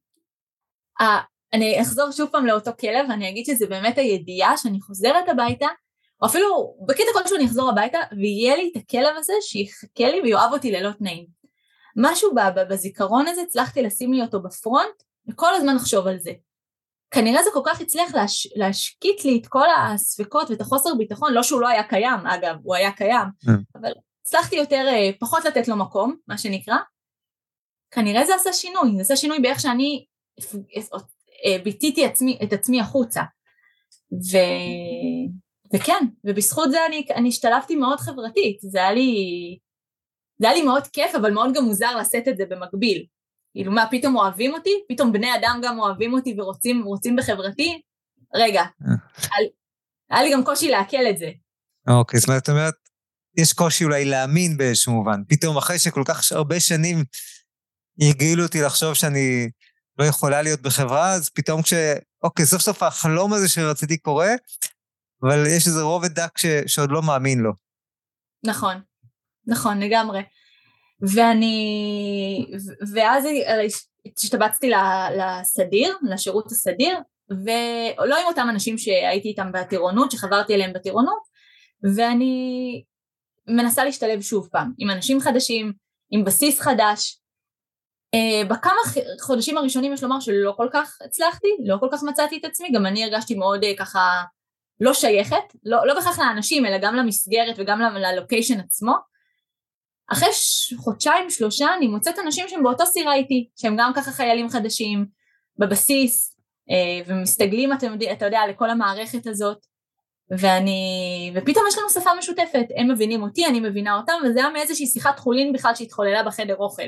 אני אחזור שוב פעם לאותו כלב, ואני אגיד שזה באמת הידיעה, שאני חוזרת הביתה, או אפילו בקטע כלשהו אני אחזור הביתה, ויהיה לי את הכלב הזה, שיחכה לי ויואב אותי ללא תנאים. משהו בזיכרון הזה, הצלחתי לשים לי אותו בפרונט, וכל הזמן לחשוב על זה. כנראה זה כל כך הצליח להש... להשקיט לי את כל הספקות ואת החוסר ביטחון, לא שהוא לא היה קיים, אגב, הוא היה קיים, אבל הצלחתי יותר, פחות לתת לו מקום, מה שנקרא. כנראה זה עשה שינוי, זה עשה שינוי באיך שאני ביטיתי עצמי, את עצמי החוצה. ו... וכן, ובזכות זה אני, אני השתלבתי מאוד חברתית, זה היה לי, זה היה לי מאוד כיף, אבל מאוד גם מוזר לשאת את זה במקביל. כאילו מה, פתאום אוהבים אותי? פתאום בני אדם גם אוהבים אותי ורוצים, רוצים בחברתי? רגע, היה לי גם קושי לעכל את זה. אוקיי, זאת אומרת, יש קושי אולי להאמין באיזשהו מובן. פתאום אחרי שכל כך הרבה שנים יגעילו אותי לחשוב שאני לא יכולה להיות בחברה, אז פתאום כש... אוקיי, סוף סוף החלום הזה שרציתי קורה, אבל יש איזה רובד דק ש... שעוד לא מאמין לו. נכון, נכון, לגמרי. ואני, ואז השתבצתי לסדיר, לשירות הסדיר, ולא עם אותם אנשים שהייתי איתם בטירונות, שחברתי אליהם בטירונות, ואני מנסה להשתלב שוב פעם, עם אנשים חדשים, עם בסיס חדש. בכמה חודשים הראשונים יש לומר שלא כל כך הצלחתי, לא כל כך מצאתי את עצמי, גם אני הרגשתי מאוד ככה לא שייכת, לא, לא בכך לאנשים, אלא גם למסגרת וגם ללוקיישן עצמו. אחרי חודשיים, שלושה, אני מוצאת אנשים שהם באותו סירה איתי, שהם גם ככה חיילים חדשים, בבסיס, ומסתגלים, אתה יודע, אתה יודע, לכל המערכת הזאת, ואני, ופתאום יש לנו שפה משותפת, הם מבינים אותי, אני מבינה אותם, וזה היה מאיזושהי שיחת חולין בכלל שהתחוללה בחדר אוכל.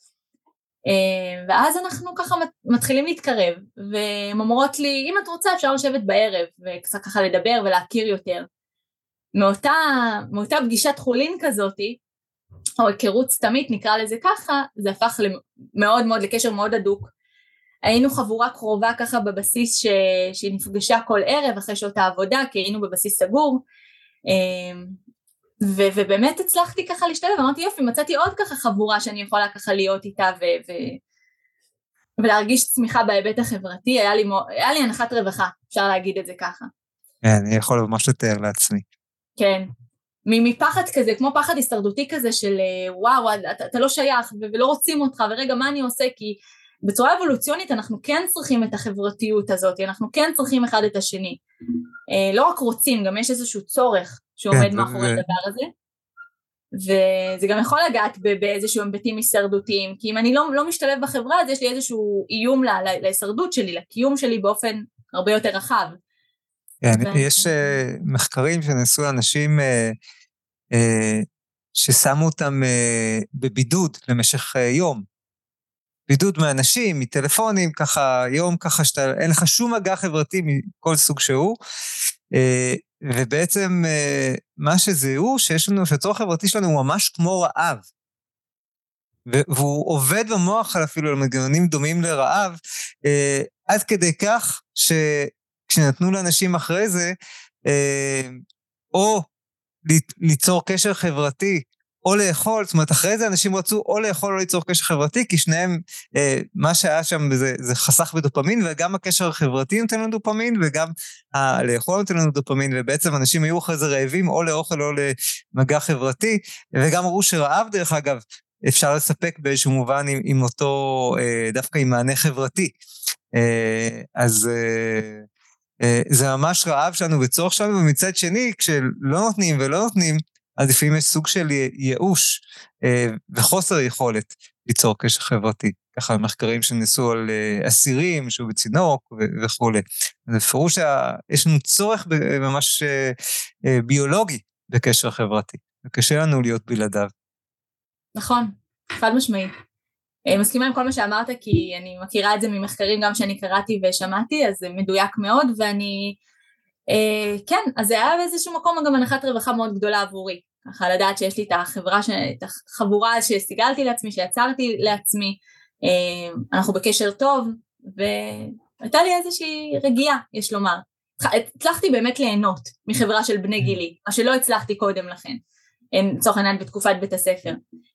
ואז אנחנו ככה מתחילים להתקרב, והן אומרות לי, אם את רוצה אפשר לשבת בערב, וקצת ככה לדבר ולהכיר יותר. מאותה, מאותה פגישת חולין כזאת, או היכרות סתמית נקרא לזה ככה, זה הפך מאוד מאוד לקשר מאוד הדוק. היינו חבורה קרובה ככה בבסיס ש... שנפגשה כל ערב אחרי שעות העבודה, כי היינו בבסיס סגור, ו... ובאמת הצלחתי ככה להשתלב, אמרתי יופי, מצאתי עוד ככה חבורה שאני יכולה ככה להיות איתה ו... ו... ולהרגיש צמיחה בהיבט החברתי, היה לי, היה לי הנחת רווחה, אפשר להגיד את זה ככה. כן, אני יכול ממש לתאר לעצמי. כן, מפחד כזה, כמו פחד הישרדותי כזה של וואו, אתה, אתה לא שייך ולא רוצים אותך, ורגע מה אני עושה, כי בצורה אבולוציונית אנחנו כן צריכים את החברתיות הזאת, אנחנו כן צריכים אחד את השני. לא רק רוצים, גם יש איזשהו צורך שעומד כן, מאחורי ו... הדבר הזה, וזה גם יכול לגעת באיזשהו היבטים הישרדותיים, כי אם אני לא, לא משתלב בחברה, אז יש לי איזשהו איום לה, להישרדות שלי, לקיום שלי באופן הרבה יותר רחב. כן, ו... יש uh, מחקרים שנעשו לאנשים uh, uh, ששמו אותם uh, בבידוד למשך uh, יום. בידוד מאנשים, מטלפונים, ככה יום ככה שאתה, אין לך שום מגע חברתי מכל סוג שהוא, uh, ובעצם uh, מה שזה הוא, שיש לנו, שהצורך חברתי שלנו הוא ממש כמו רעב, והוא עובד במוח אפילו על מנגנונים דומים לרעב, uh, עד כדי כך ש... כשנתנו לאנשים אחרי זה, אה, או ליצור קשר חברתי, או לאכול, זאת אומרת, אחרי זה אנשים רצו או לאכול או ליצור קשר חברתי, כי שניהם, אה, מה שהיה שם זה, זה חסך בדופמין, וגם הקשר החברתי נותן לנו דופמין, וגם ה- לאכול נותן לנו דופמין, ובעצם אנשים היו אחרי זה רעבים, או לאוכל או למגע חברתי, וגם אמרו שרעב דרך אגב, אפשר לספק באיזשהו מובן עם, עם אותו, אה, דווקא עם מענה חברתי. אה, אז... אה, זה ממש רעב שלנו וצורך שלנו, ומצד שני, כשלא נותנים ולא נותנים, אז לפעמים יש סוג של ייאוש וחוסר יכולת ליצור קשר חברתי. ככה מחקרים שנעשו על אסירים, שהוא בצינוק וכו'. זה בפירוש שיש לנו צורך ממש ביולוגי בקשר חברתי, וקשה לנו להיות בלעדיו. נכון, חד משמעית. מסכימה עם כל מה שאמרת, כי אני מכירה את זה ממחקרים גם שאני קראתי ושמעתי, אז זה מדויק מאוד, ואני, אה, כן, אז זה היה באיזשהו מקום גם הנחת רווחה מאוד גדולה עבורי, ככה לדעת שיש לי את החברה, את החבורה שסיגלתי לעצמי, שיצרתי לעצמי, אה, אנחנו בקשר טוב, והייתה לי איזושהי רגיעה, יש לומר. הצלחתי באמת ליהנות מחברה של בני גילי, מה שלא הצלחתי קודם לכן, לצורך העניין בתקופת בית הספר.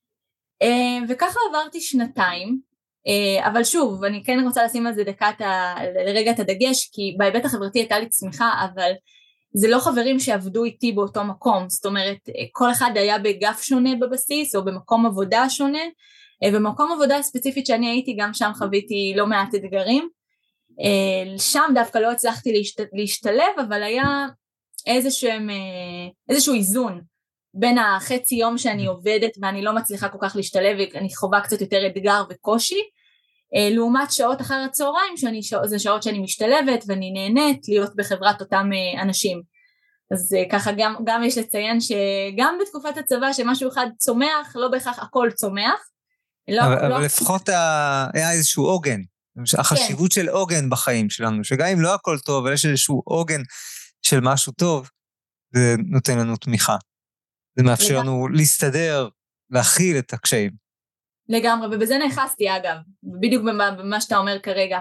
וככה עברתי שנתיים, אבל שוב, אני כן רוצה לשים על זה דקת, לרגע את הדגש, כי בהיבט החברתי הייתה לי צמיחה, אבל זה לא חברים שעבדו איתי באותו מקום, זאת אומרת, כל אחד היה בגף שונה בבסיס, או במקום עבודה שונה, ובמקום עבודה ספציפית שאני הייתי, גם שם חוויתי לא מעט אתגרים, שם דווקא לא הצלחתי להשתלב, אבל היה איזשהו, איזשהו איזון, בין החצי יום שאני עובדת ואני לא מצליחה כל כך להשתלב, ואני חובה קצת יותר אתגר וקושי, לעומת שעות אחר הצהריים, שאני, זה שעות שאני משתלבת ואני נהנית להיות בחברת אותם אנשים. אז ככה גם, גם יש לציין שגם בתקופת הצבא שמשהו אחד צומח, לא בהכרח הכל צומח. לא, אבל, לא... אבל לפחות היה איזשהו עוגן, החשיבות כן. של עוגן בחיים שלנו, שגם אם לא הכל טוב, אבל יש איזשהו עוגן של משהו טוב, זה נותן לנו תמיכה. זה מאפשר לנו להסתדר, להכיל את הקשיים. לגמרי, ובזה נכנסתי אגב, בדיוק במה שאתה אומר כרגע.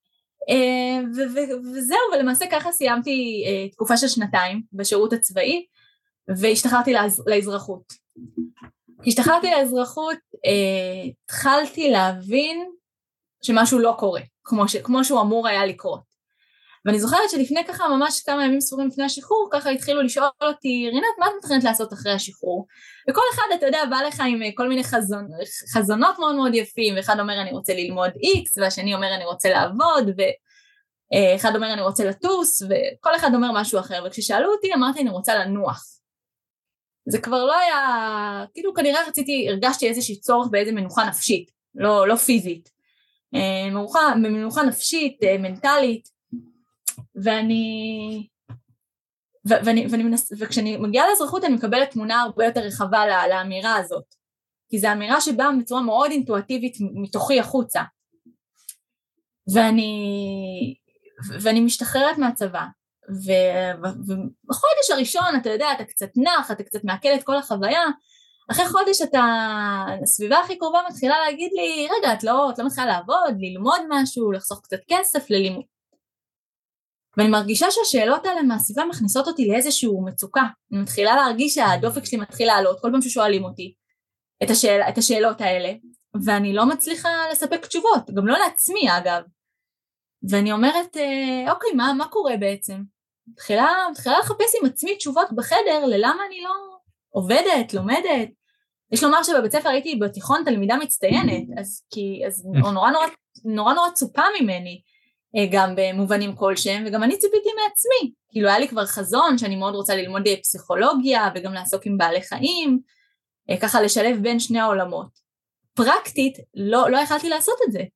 וזהו, ולמעשה ככה סיימתי תקופה של שנתיים בשירות הצבאי, והשתחררתי לאזרחות. כשהשתחררתי לאזרחות, התחלתי להבין שמשהו לא קורה, כמו שהוא אמור היה לקרות. ואני זוכרת שלפני ככה ממש כמה ימים ספורים לפני השחרור, ככה התחילו לשאול אותי, רינת, מה את מתכנת לעשות אחרי השחרור? וכל אחד, אתה יודע, בא לך עם כל מיני חזון, חזונות מאוד מאוד יפים, ואחד אומר אני רוצה ללמוד X, והשני אומר אני רוצה לעבוד, ואחד אומר אני רוצה לטוס, וכל אחד אומר משהו אחר, וכששאלו אותי אמרתי אני רוצה לנוח. זה כבר לא היה, כאילו כנראה רציתי, הרגשתי איזושהי צורך באיזה מנוחה נפשית, לא, לא פיזית. מנוחה, מנוחה נפשית, מנטלית, ואני, ו- ואני, ואני מנס, וכשאני מגיעה לאזרחות אני מקבלת תמונה הרבה יותר רחבה לה, לאמירה הזאת, כי זו אמירה שבאה בצורה מאוד אינטואטיבית מתוכי החוצה, ואני, ואני משתחררת מהצבא, ובחודש הראשון אתה יודע, אתה קצת נח, אתה קצת מעכל את כל החוויה, אחרי חודש אתה, הסביבה הכי קרובה מתחילה להגיד לי, רגע, את לא, את לא מתחילה לעבוד, ללמוד משהו, לחסוך קצת כסף ללימוד. ואני מרגישה שהשאלות האלה מהסביבה מכניסות אותי לאיזשהו מצוקה. אני מתחילה להרגיש שהדופק שלי מתחיל לעלות, כל פעם ששואלים אותי את, השאל, את השאלות האלה, ואני לא מצליחה לספק תשובות, גם לא לעצמי אגב. ואני אומרת, אוקיי, מה, מה קורה בעצם? מתחילה, מתחילה לחפש עם עצמי תשובות בחדר, ללמה אני לא עובדת, לומדת. יש לומר שבבית ספר הייתי בתיכון תלמידה מצטיינת, אז, כי, אז נורא, נורא, נורא נורא צופה ממני, גם במובנים כלשהם, וגם אני ציפיתי מעצמי. כאילו היה לי כבר חזון שאני מאוד רוצה ללמוד פסיכולוגיה, וגם לעסוק עם בעלי חיים, ככה לשלב בין שני העולמות. פרקטית, לא, לא יכלתי לעשות את זה.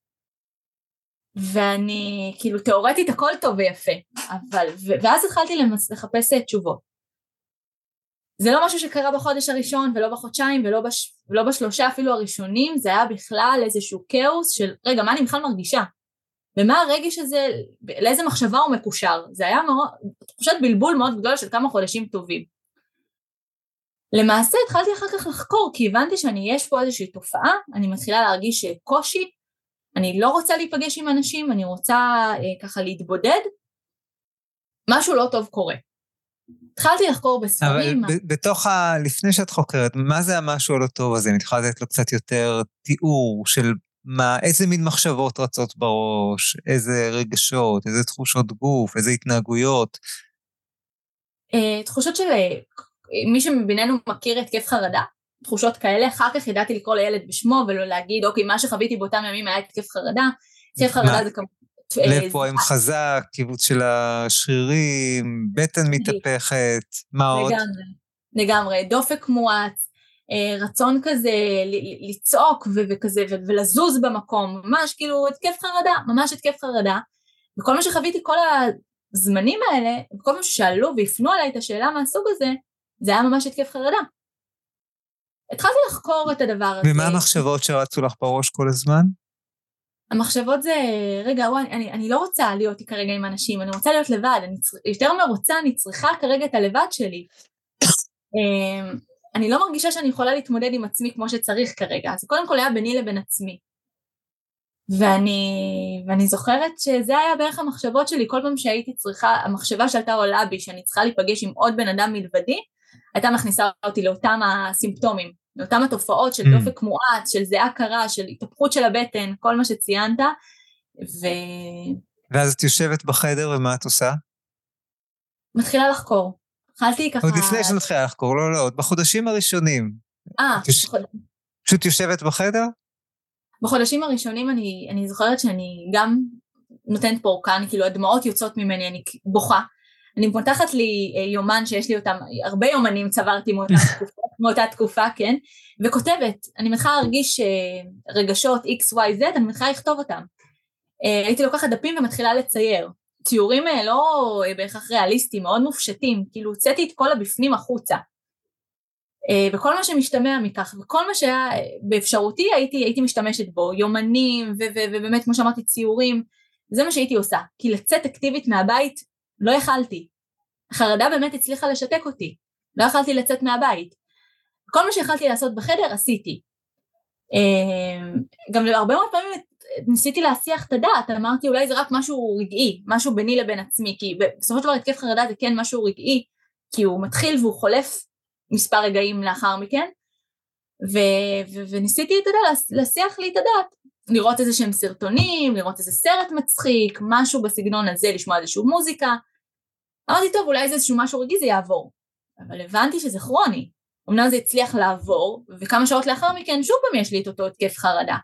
ואני, כאילו, תיאורטית הכל טוב ויפה, אבל, ואז התחלתי לחפש תשובות. זה לא משהו שקרה בחודש הראשון, ולא בחודשיים, ולא, בש, ולא בשלושה אפילו הראשונים, זה היה בכלל איזשהו כאוס של, רגע, מה אני בכלל מרגישה? ומה הרגש הזה, לאיזה מחשבה הוא מקושר? זה היה מאוד, תחושת בלבול מאוד גדול של כמה חודשים טובים. למעשה התחלתי אחר כך לחקור, כי הבנתי שאני יש פה איזושהי תופעה, אני מתחילה להרגיש קושי, אני לא רוצה להיפגש עם אנשים, אני רוצה אה, ככה להתבודד, משהו לא טוב קורה. התחלתי לחקור בספרים. אבל ב- בתוך ה... לפני שאת חוקרת, מה זה המשהו הלא טוב הזה? אני התחלתי לתת לו קצת יותר תיאור של מה, איזה מין מחשבות רצות בראש, איזה רגשות, איזה תחושות גוף, איזה התנהגויות. אה, תחושות של... מי שמבינינו מכיר את התקף חרדה, תחושות כאלה, אחר כך ידעתי לקרוא לילד בשמו, ולא להגיד, אוקיי, מה שחוויתי באותם ימים היה התקף חרדה, התקף חרדה זה כמו... לב פועם חזק, קיבוץ של השרירים, בטן מתהפכת, מה עוד? לגמרי, לגמרי, דופק מואץ, רצון כזה לצעוק וכזה, ולזוז במקום, ממש כאילו התקף חרדה, ממש התקף חרדה, וכל מה שחוויתי כל הזמנים האלה, וכל מה ששאלו והפנו עליי את השאלה מהסוג הזה, זה היה ממש התקף חרדה. התחלתי לחקור את הדבר הזה. ומה המחשבות שרצו לך בראש כל הזמן? המחשבות זה, רגע, וואי, אני, אני לא רוצה להיות כרגע עם אנשים, אני רוצה להיות לבד, אני צר... יותר מרוצה, אני צריכה כרגע את הלבד שלי. אני לא מרגישה שאני יכולה להתמודד עם עצמי כמו שצריך כרגע, אז קודם כל היה ביני לבין עצמי. ואני, ואני זוכרת שזה היה בערך המחשבות שלי, כל פעם שהייתי צריכה, המחשבה שעלתה עולה בי, שאני צריכה להיפגש עם עוד בן אדם מלבדי, הייתה מכניסה אותי לאותם הסימפטומים, לאותם התופעות של דופק מואץ, של זיעה קרה, של התהפכות של הבטן, כל מה שציינת, ו... ואז את יושבת בחדר ומה את עושה? מתחילה לחקור. התחלתי ככה... עוד לפני שמתחילה לחקור, לא, לא, עוד בחודשים הראשונים. אה, יוש... בחוד... פשוט יושבת בחדר? בחודשים הראשונים אני, אני זוכרת שאני גם נותנת פורקן, כאילו הדמעות יוצאות ממני, אני בוכה. אני פותחת לי יומן שיש לי אותם, הרבה יומנים צברתי מאותה תקופה, מאותה תקופה, כן? וכותבת, אני מתחילה להרגיש רגשות X, Y, Z, אני מתחילה לכתוב אותם. הייתי לוקחת דפים ומתחילה לצייר. ציורים לא בהכרח ריאליסטיים, מאוד מופשטים, כאילו הוצאתי את כל הבפנים החוצה. וכל מה שמשתמע מכך, וכל מה שהיה באפשרותי הייתי, הייתי משתמשת בו, יומנים, ו- ו- ובאמת כמו שאמרתי ציורים, זה מה שהייתי עושה, כי לצאת אקטיבית מהבית לא יכלתי. החרדה באמת הצליחה לשתק אותי, לא יכלתי לצאת מהבית. כל מה שיכלתי לעשות בחדר עשיתי. גם הרבה מאוד פעמים ניסיתי להסיח את הדעת, אמרתי אולי זה רק משהו רגעי, משהו ביני לבין עצמי, כי בסופו של דבר התקף חרדה זה כן משהו רגעי, כי הוא מתחיל והוא חולף מספר רגעים לאחר מכן, ו- ו- וניסיתי את הדעת, להסיח לי את הדעת, לראות איזה שהם סרטונים, לראות איזה סרט מצחיק, משהו בסגנון הזה, לשמוע איזשהו מוזיקה. אמרתי, טוב, אולי זה איזשהו משהו רגעי, זה יעבור. אבל הבנתי שזה כרוני. אמנם זה הצליח לעבור, וכמה שעות לאחר מכן, שוב פעם יש לי את אותו התקף חרדה.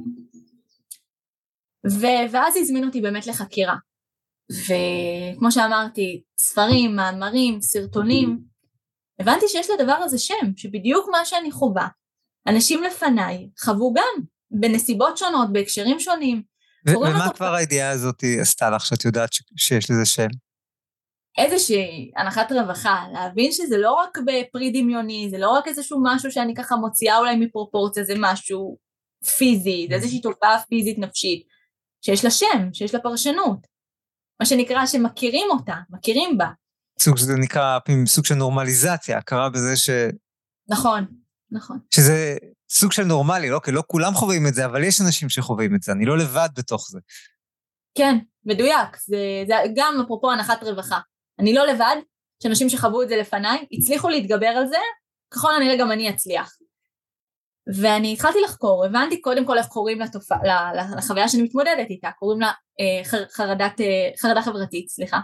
ו- ואז הזמין אותי באמת לחקירה. וכמו שאמרתי, ספרים, מאמרים, סרטונים, הבנתי שיש לדבר הזה שם, שבדיוק מה שאני חובה. אנשים לפניי חוו גם, בנסיבות שונות, בהקשרים שונים. ו- ומה כבר הידיעה הזאת עשתה לך, שאת יודעת ש- שיש לזה שם? איזושהי הנחת רווחה, להבין שזה לא רק בפרי דמיוני, זה לא רק איזשהו משהו שאני ככה מוציאה אולי מפרופורציה, זה משהו פיזי, זה איזושהי תופעה פיזית נפשית, שיש לה שם, שיש לה פרשנות. מה שנקרא שמכירים אותה, מכירים בה. סוג שזה נקרא סוג של נורמליזציה, הכרה בזה ש... נכון, נכון. שזה סוג של נורמלי, לא? כי לא כולם חווים את זה, אבל יש אנשים שחווים את זה, אני לא לבד בתוך זה. כן, מדויק, זה, זה גם אפרופו הנחת רווחה. אני לא לבד, שאנשים שחוו את זה לפניי, הצליחו להתגבר על זה, ככל הנראה גם אני אצליח. ואני התחלתי לחקור, הבנתי קודם כל איך קוראים לתופע, לחוויה שאני מתמודדת איתה, קוראים לה אה, חרדת, אה, חרדה חברתית, סליחה.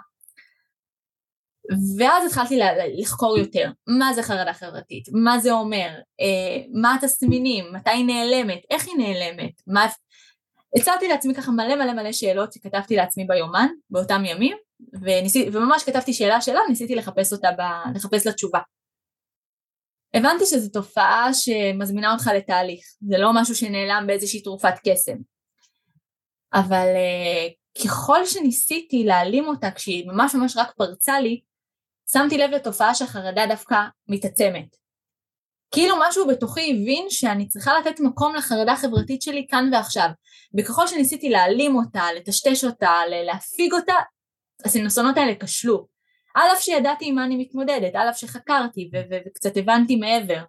ואז התחלתי לחקור יותר, מה זה חרדה חברתית, מה זה אומר, אה, מה התסמינים, מתי היא נעלמת, איך היא נעלמת, מה... הצעתי לעצמי ככה מלא מלא מלא שאלות שכתבתי לעצמי ביומן, באותם ימים, וניסי, וממש כתבתי שאלה שאלה, ניסיתי לחפש אותה, ב, לחפש לה תשובה. הבנתי שזו תופעה שמזמינה אותך לתהליך, זה לא משהו שנעלם באיזושהי תרופת קסם. אבל uh, ככל שניסיתי להעלים אותה, כשהיא ממש ממש רק פרצה לי, שמתי לב לתופעה שהחרדה דווקא מתעצמת. כאילו משהו בתוכי הבין שאני צריכה לתת מקום לחרדה החברתית שלי כאן ועכשיו, וככל שניסיתי להעלים אותה, לטשטש אותה, להפיג אותה, הסינוסונות האלה כשלו. על אף שידעתי עם מה אני מתמודדת, על אף שחקרתי ו- ו- וקצת הבנתי מעבר.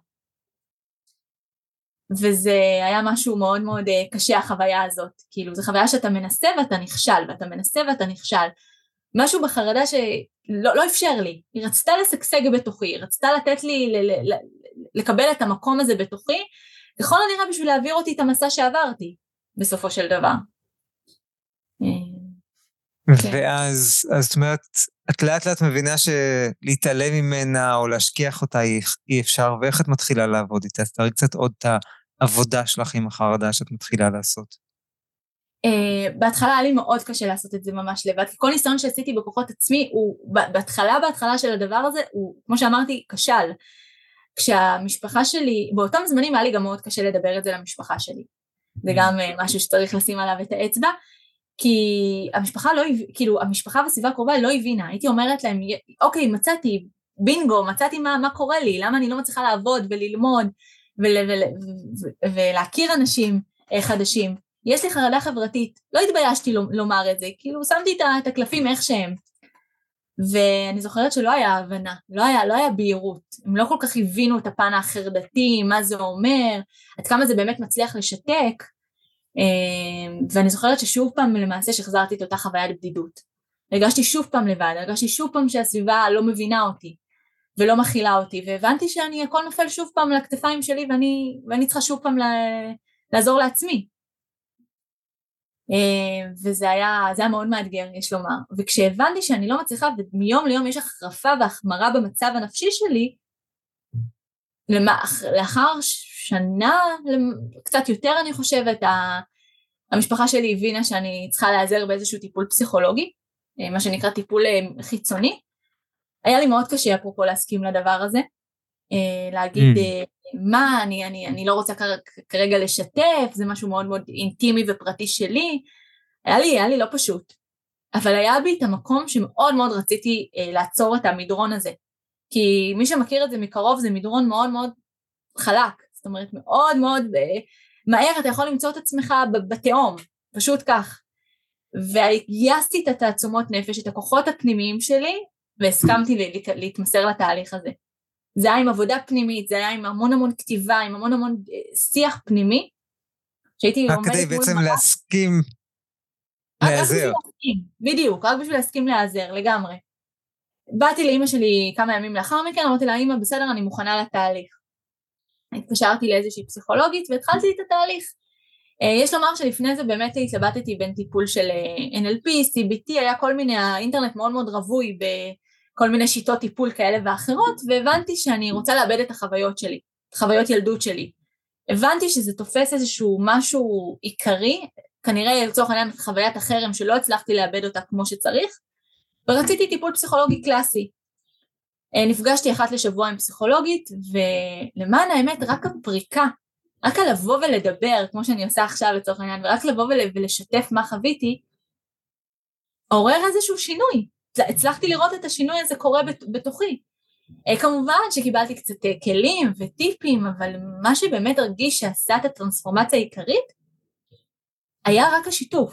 וזה היה משהו מאוד מאוד קשה החוויה הזאת, כאילו זו חוויה שאתה מנסה ואתה נכשל, ואתה מנסה ואתה נכשל. משהו בחרדה שלא לא אפשר לי, היא רצתה לסגסג בתוכי, היא רצתה לתת לי ל- ל- ל- לקבל את המקום הזה בתוכי, ככל הנראה בשביל להעביר אותי את המסע שעברתי, בסופו של דבר. ואז, אז זאת אומרת, את לאט לאט מבינה שלהתעלם ממנה או להשכיח אותה אי אפשר, ואיך את מתחילה לעבוד איתה? אז תראי קצת עוד את העבודה שלך עם החרדה שאת מתחילה לעשות. בהתחלה היה לי מאוד קשה לעשות את זה ממש לבד, כי כל ניסיון שעשיתי בכוחות עצמי, הוא בהתחלה, בהתחלה של הדבר הזה, הוא, כמו שאמרתי, כשל. כשהמשפחה שלי, באותם זמנים היה לי גם מאוד קשה לדבר את זה למשפחה שלי. זה גם משהו שצריך לשים עליו את האצבע, כי המשפחה לא, כאילו, המשפחה והסביבה הקרובה לא הבינה. הייתי אומרת להם, אוקיי, מצאתי בינגו, מצאתי מה, מה קורה לי, למה אני לא מצליחה לעבוד וללמוד ול, ול, ול, ולהכיר אנשים חדשים. יש לי חרדה חברתית, לא התביישתי לומר את זה, כאילו שמתי את הקלפים איך שהם. ואני זוכרת שלא היה הבנה, לא היה, לא היה בהירות, הם לא כל כך הבינו את הפן החרדתי, מה זה אומר, עד כמה זה באמת מצליח לשתק, ואני זוכרת ששוב פעם למעשה שחזרתי את אותה חוויית בדידות, הרגשתי שוב פעם לבד, הרגשתי שוב פעם שהסביבה לא מבינה אותי, ולא מכילה אותי, והבנתי שאני הכל נופל שוב פעם לכתפיים שלי, ואני, ואני צריכה שוב פעם לעזור לעצמי. וזה היה, זה היה מאוד מאתגר, יש לומר, וכשהבנתי שאני לא מצליחה, ומיום ליום יש החרפה והחמרה במצב הנפשי שלי, לאחר שנה, קצת יותר אני חושבת, המשפחה שלי הבינה שאני צריכה להיעזר באיזשהו טיפול פסיכולוגי, מה שנקרא טיפול חיצוני. היה לי מאוד קשה אפרופו להסכים לדבר הזה, להגיד מה, אני, אני, אני לא רוצה כרגע לשתף, זה משהו מאוד מאוד אינטימי ופרטי שלי, היה לי, היה לי לא פשוט, אבל היה בי את המקום שמאוד מאוד רציתי לעצור את המדרון הזה, כי מי שמכיר את זה מקרוב זה מדרון מאוד מאוד חלק, זאת אומרת מאוד מאוד מהר אתה יכול למצוא את עצמך בתאום, פשוט כך, והגייסתי את התעצומות נפש, את הכוחות הפנימיים שלי, והסכמתי להתמסר לתהליך הזה. זה היה עם עבודה פנימית, זה היה עם המון המון כתיבה, עם המון המון שיח פנימי, שהייתי עומדת... רק כדי בעצם להסכים להיעזר. בדיוק, רק בשביל להסכים להיעזר, לגמרי. באתי לאמא שלי כמה ימים לאחר מכן, אמרתי לה, אמא, בסדר, אני מוכנה לתהליך. התקשרתי לאיזושהי פסיכולוגית, והתחלתי את התהליך. יש לומר שלפני זה באמת התלבטתי בין טיפול של אן אל פי, סי בי טי, היה כל מיני, האינטרנט מאוד מאוד רווי ב... כל מיני שיטות טיפול כאלה ואחרות, והבנתי שאני רוצה לאבד את החוויות שלי, את חוויות ילדות שלי. הבנתי שזה תופס איזשהו משהו עיקרי, כנראה לצורך העניין חוויית החרם שלא הצלחתי לאבד אותה כמו שצריך, ורציתי טיפול פסיכולוגי קלאסי. נפגשתי אחת לשבוע עם פסיכולוגית, ולמען האמת רק הפריקה, רק על לבוא ולדבר, כמו שאני עושה עכשיו לצורך העניין, ורק לבוא ולשתף מה חוויתי, עורר איזשהו שינוי. הצלחתי לראות את השינוי הזה קורה בתוכי. כמובן שקיבלתי קצת כלים וטיפים, אבל מה שבאמת הרגיש שעשה את הטרנספורמציה העיקרית, היה רק השיתוף.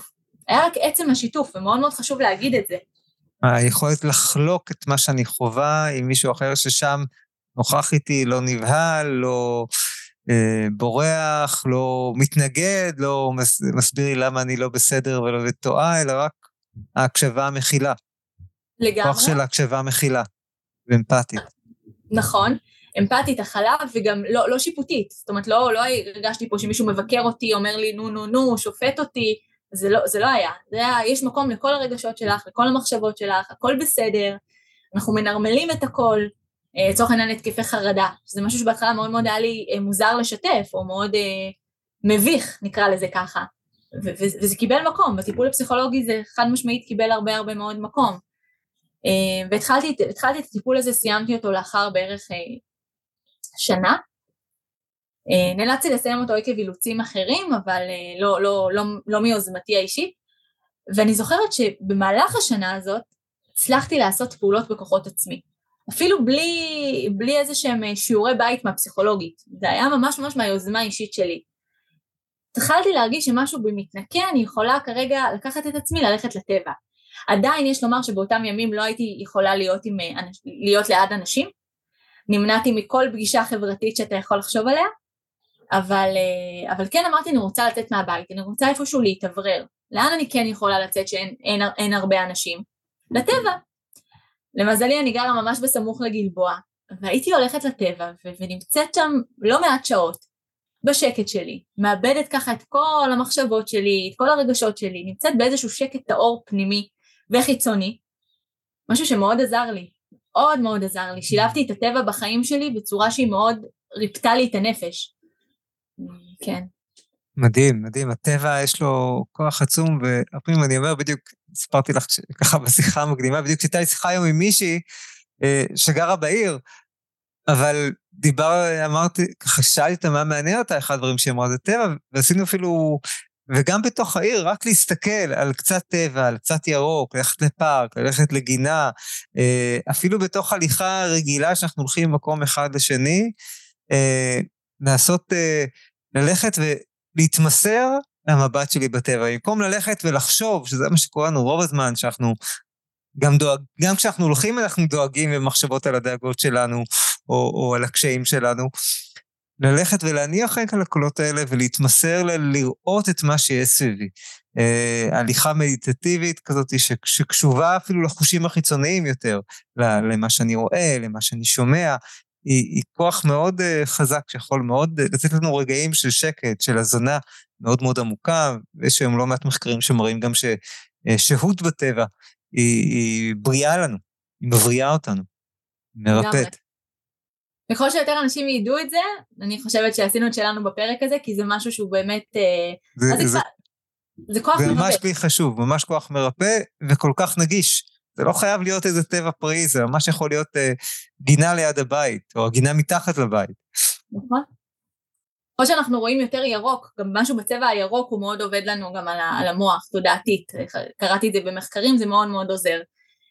היה רק עצם השיתוף, ומאוד מאוד חשוב להגיד את זה. היכולת לחלוק את מה שאני חובה עם מישהו אחר ששם נוכח איתי, לא נבהל, לא אה, בורח, לא מתנגד, לא מס, מסביר לי למה אני לא בסדר ולא בטועה, אלא רק ההקשבה המכילה. לגמרי. כוח של ההקשבה המכילה ואמפתית. נכון, אמפתית, הכלה, וגם לא, לא שיפוטית. זאת אומרת, לא, לא הרגשתי פה שמישהו מבקר אותי, אומר לי נו נו נו, שופט אותי, זה לא, זה לא היה. זה היה, יש מקום לכל הרגשות שלך, לכל המחשבות שלך, הכל בסדר, אנחנו מנרמלים את הכל, צורך העניין התקפי חרדה, שזה משהו שבהתחלה מאוד מאוד היה לי מוזר לשתף, או מאוד אה, מביך, נקרא לזה ככה, ו- ו- וזה קיבל מקום, בטיפול הפסיכולוגי זה חד משמעית קיבל הרבה הרבה מאוד מקום, אה, והתחלתי התחלתי את הטיפול הזה, סיימתי אותו לאחר בערך אה, שנה, אה, נאלצתי לסיים אותו עקב אילוצים אחרים, אבל אה, לא, לא, לא, לא מיוזמתי האישית, ואני זוכרת שבמהלך השנה הזאת, הצלחתי לעשות פעולות בכוחות עצמי, אפילו בלי, בלי איזה שהם שיעורי בית מהפסיכולוגית, זה היה ממש ממש מהיוזמה האישית שלי. התחלתי להרגיש שמשהו במתנקה, אני יכולה כרגע לקחת את עצמי ללכת לטבע. עדיין יש לומר שבאותם ימים לא הייתי יכולה להיות, עם, להיות ליד אנשים, נמנעתי מכל פגישה חברתית שאתה יכול לחשוב עליה, אבל, אבל כן אמרתי, אני רוצה לצאת מהבית, אני רוצה איפשהו להתאוורר. לאן אני כן יכולה לצאת שאין אין, אין הרבה אנשים? לטבע. למזלי אני גרה ממש בסמוך לגלבוע, והייתי הולכת לטבע ו- ונמצאת שם לא מעט שעות, בשקט שלי, מאבדת ככה את כל המחשבות שלי, את כל הרגשות שלי, נמצאת באיזשהו שקט טהור פנימי וחיצוני, משהו שמאוד עזר לי, מאוד מאוד עזר לי, שילבתי את הטבע בחיים שלי בצורה שהיא מאוד ריפתה לי את הנפש. כן. מדהים, מדהים, הטבע יש לו כוח עצום, והפעמים אני אומר בדיוק, סיפרתי לך ככה בשיחה המקדימה, בדיוק שהייתה לי שיחה היום עם מישהי אה, שגרה בעיר, אבל דיבר, אמרתי, ככה שאלתי אותה מה מעניין אותה, אחד הדברים שהיא אמרה זה טבע, ועשינו אפילו, וגם בתוך העיר, רק להסתכל על קצת טבע, על קצת ירוק, ללכת לפארק, ללכת לגינה, אה, אפילו בתוך הליכה רגילה שאנחנו הולכים ממקום אחד לשני, אה, לעשות, אה, ללכת ו... להתמסר למבט שלי בטבע, במקום ללכת ולחשוב, שזה מה שקורה לנו רוב הזמן, שאנחנו גם דואג, גם כשאנחנו הולכים אנחנו דואגים במחשבות על הדאגות שלנו, או, או על הקשיים שלנו, ללכת ולהניח רק על הקולות האלה, ולהתמסר ל- לראות את מה שיש סביבי. אה, הליכה מדיטטיבית כזאת, שקשובה אפילו לחושים החיצוניים יותר, למה שאני רואה, למה שאני שומע, היא, היא כוח מאוד uh, חזק, שיכול מאוד uh, לתת לנו רגעים של שקט, של הזנה מאוד מאוד עמוקה, ויש היום לא מעט מחקרים שמראים גם ששהות בטבע היא, היא בריאה לנו, היא מבריאה אותנו, מרפאת. ככל שיותר אנשים ידעו את זה, אני חושבת שעשינו את שלנו בפרק הזה, כי זה משהו שהוא באמת, זה, זה, זה, זה כוח זה מרפא. זה ממש כלי חשוב, ממש כוח מרפא, וכל כך נגיש. זה לא חייב להיות איזה טבע פראי, זה ממש יכול להיות אה, גינה ליד הבית, או גינה מתחת לבית. נכון. או שאנחנו רואים יותר ירוק, גם משהו בצבע הירוק הוא מאוד עובד לנו גם על, על המוח, תודעתית, קראתי את זה במחקרים, זה מאוד מאוד עוזר.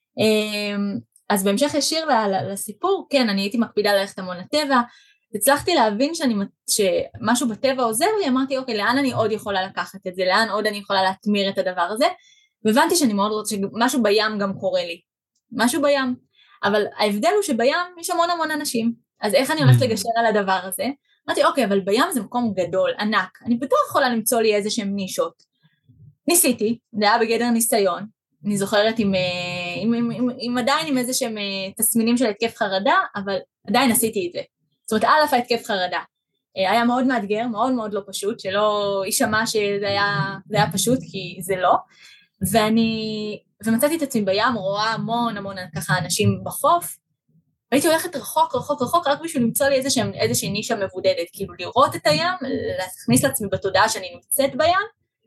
אז בהמשך ישיר לסיפור, כן, אני הייתי מקפידה ללכת המון לטבע, הצלחתי להבין שאני, שמשהו בטבע עוזר לי, אמרתי, אוקיי, לאן אני עוד יכולה לקחת את זה, לאן עוד אני יכולה להתמיר את הדבר הזה, והבנתי שאני מאוד רוצה, שמשהו בים גם קורה לי, משהו בים, אבל ההבדל הוא שבים יש המון המון אנשים, אז איך אני הולכת לגשר על הדבר הזה? אמרתי, אוקיי, אבל בים זה מקום גדול, ענק, אני בטוח יכולה למצוא לי איזה שהם נישות. ניסיתי, זה היה בגדר ניסיון, אני זוכרת עם, עם, עם, עם, עם עדיין עם איזה שהם תסמינים של התקף חרדה, אבל עדיין עשיתי את זה. זאת אומרת, א' ההתקף חרדה. היה מאוד מאתגר, מאוד מאוד לא פשוט, שלא יישמע שזה היה, זה היה פשוט, כי זה לא. ואני, ומצאתי את עצמי בים, רואה המון המון ככה אנשים בחוף, והייתי הולכת רחוק, רחוק, רחוק, רק בשביל למצוא לי איזושהי, איזושהי נישה מבודדת, כאילו לראות את הים, להכניס לעצמי בתודעה שאני נמצאת בים,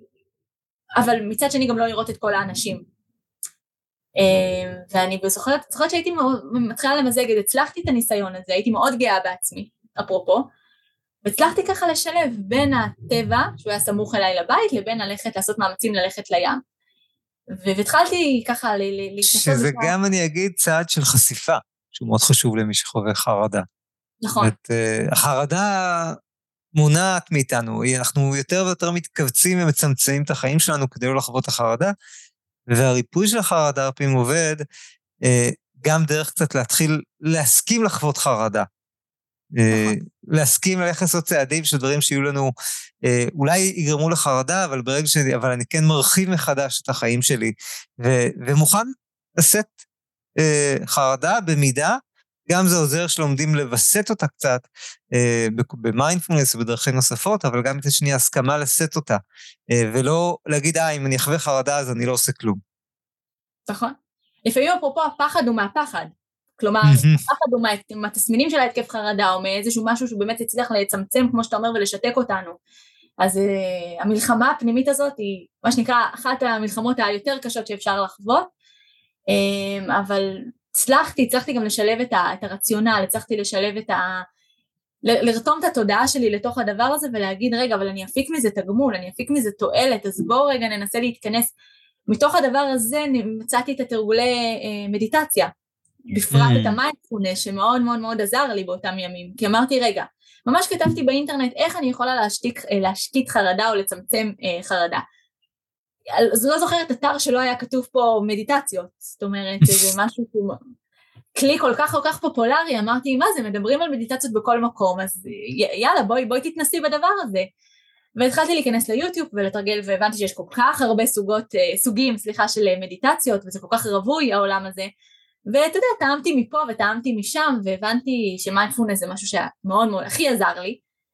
אבל מצד שני גם לא לראות את כל האנשים. ואני זוכרת, זוכרת שהייתי מתחילה למזג את זה, הצלחתי את הניסיון הזה, הייתי מאוד גאה בעצמי, אפרופו, והצלחתי ככה לשלב בין הטבע, שהוא היה סמוך אליי לבית, לבין ללכת, לעשות מאמצים ללכת לים. והתחלתי ככה להתנסות. שזה גם אני אגיד צעד של חשיפה, שהוא מאוד חשוב למי שחווה חרדה. נכון. החרדה מונעת מאיתנו, אנחנו יותר ויותר מתכווצים ומצמצמים את החיים שלנו כדי לא לחוות את החרדה, והריפוי של החרדה הרפאים עובד, גם דרך קצת להתחיל להסכים לחוות חרדה, להסכים ללכת לעשות צעדים של דברים שיהיו לנו, אולי יגרמו לחרדה, אבל ברגע שלי, אבל אני כן מרחיב מחדש את החיים שלי, ומוכן לשאת חרדה במידה, גם זה עוזר שלומדים לבסט אותה קצת, במיינדפולנס ובדרכים נוספות, אבל גם את השנייה הסכמה לשאת אותה, ולא להגיד, אה, אם אני אחווה חרדה, אז אני לא עושה כלום. נכון. לפעמים אפרופו הפחד הוא מהפחד, כלומר, הפחד הוא מהתסמינים של ההתקף חרדה, או מאיזשהו משהו שהוא באמת יצליח לצמצם, כמו שאתה אומר, ולשתק אותנו. אז uh, המלחמה הפנימית הזאת היא, מה שנקרא, אחת המלחמות היותר קשות שאפשר לחוות, um, אבל הצלחתי, הצלחתי גם לשלב את, ה, את הרציונל, הצלחתי לשלב את ה... לרתום את התודעה שלי לתוך הדבר הזה, ולהגיד, רגע, אבל אני אפיק מזה תגמול, אני אפיק מזה תועלת, אז בואו רגע ננסה להתכנס. מתוך הדבר הזה מצאתי את התרגולי uh, מדיטציה, בפרט את המיינדפולנס שמאוד מאוד מאוד עזר לי באותם ימים, כי אמרתי רגע, ממש כתבתי באינטרנט איך אני יכולה להשתיק, להשקיט חרדה או לצמצם אה, חרדה. אז לא זוכרת אתר שלא היה כתוב פה מדיטציות, זאת אומרת זה משהו שהוא כלי כל כך כל כך פופולרי, אמרתי מה זה, מדברים על מדיטציות בכל מקום, אז יאללה בואי בואי תתנסי בדבר הזה, והתחלתי להיכנס ליוטיוב ולתרגל, והבנתי שיש כל כך הרבה סוגות, סוגים סליחה של מדיטציות, וזה כל כך רווי העולם הזה, ואתה יודע, טעמתי מפה וטעמתי משם, והבנתי שמיינדפולנס זה משהו שמאוד מאוד הכי עזר לי,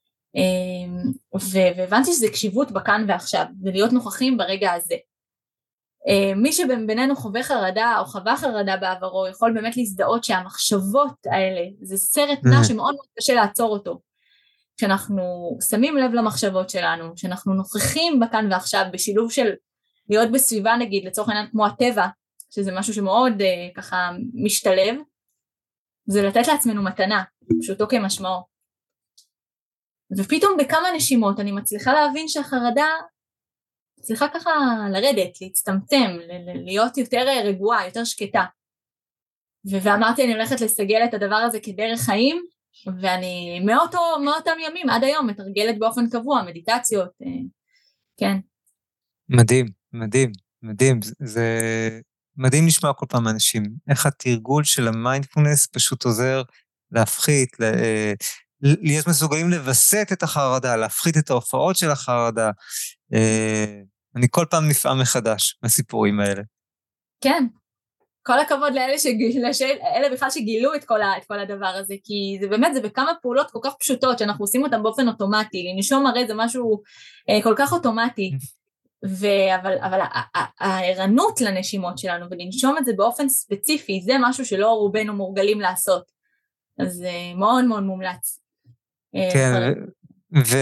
והבנתי שזה קשיבות בכאן ועכשיו, ולהיות נוכחים ברגע הזה. מי שבינינו חווה חרדה או חווה חרדה בעברו, יכול באמת להזדהות שהמחשבות האלה, זה סרט נע שמאוד מאוד קשה לעצור אותו. כשאנחנו שמים לב למחשבות שלנו, כשאנחנו נוכחים בכאן ועכשיו, בשילוב של להיות בסביבה נגיד, לצורך העניין כמו הטבע, שזה משהו שמאוד uh, ככה משתלב, זה לתת לעצמנו מתנה, פשוטו כמשמעו. ופתאום בכמה נשימות אני מצליחה להבין שהחרדה מצליחה ככה לרדת, להצטמצם, להיות יותר רגועה, יותר שקטה. ואמרתי אני הולכת לסגל את הדבר הזה כדרך חיים, ואני מאותו, מאותם ימים עד היום מתרגלת באופן קבוע, מדיטציות, כן. מדהים, מדהים, מדהים, זה מדהים לשמוע כל פעם אנשים, איך התרגול של המיינדפולנס פשוט עוזר להפחית, להיות מסוגלים לבסט את החרדה, להפחית את ההופעות של החרדה, אני כל פעם נפעם מחדש מהסיפורים האלה. כן. כל הכבוד לאלה שגיל, אלה בכלל שגילו את כל, ה, את כל הדבר הזה, כי זה באמת, זה בכמה פעולות כל כך פשוטות, שאנחנו עושים אותן באופן אוטומטי, לנשום הרי זה משהו אה, כל כך אוטומטי, ו, אבל, אבל הערנות לנשימות שלנו, ולנשום את זה באופן ספציפי, זה משהו שלא רובנו מורגלים לעשות, אז אה, מאוד מאוד מומלץ. כן, אה, ו...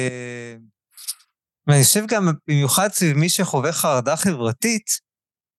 ואני חושב גם במיוחד סביב מי שחווה חרדה חברתית,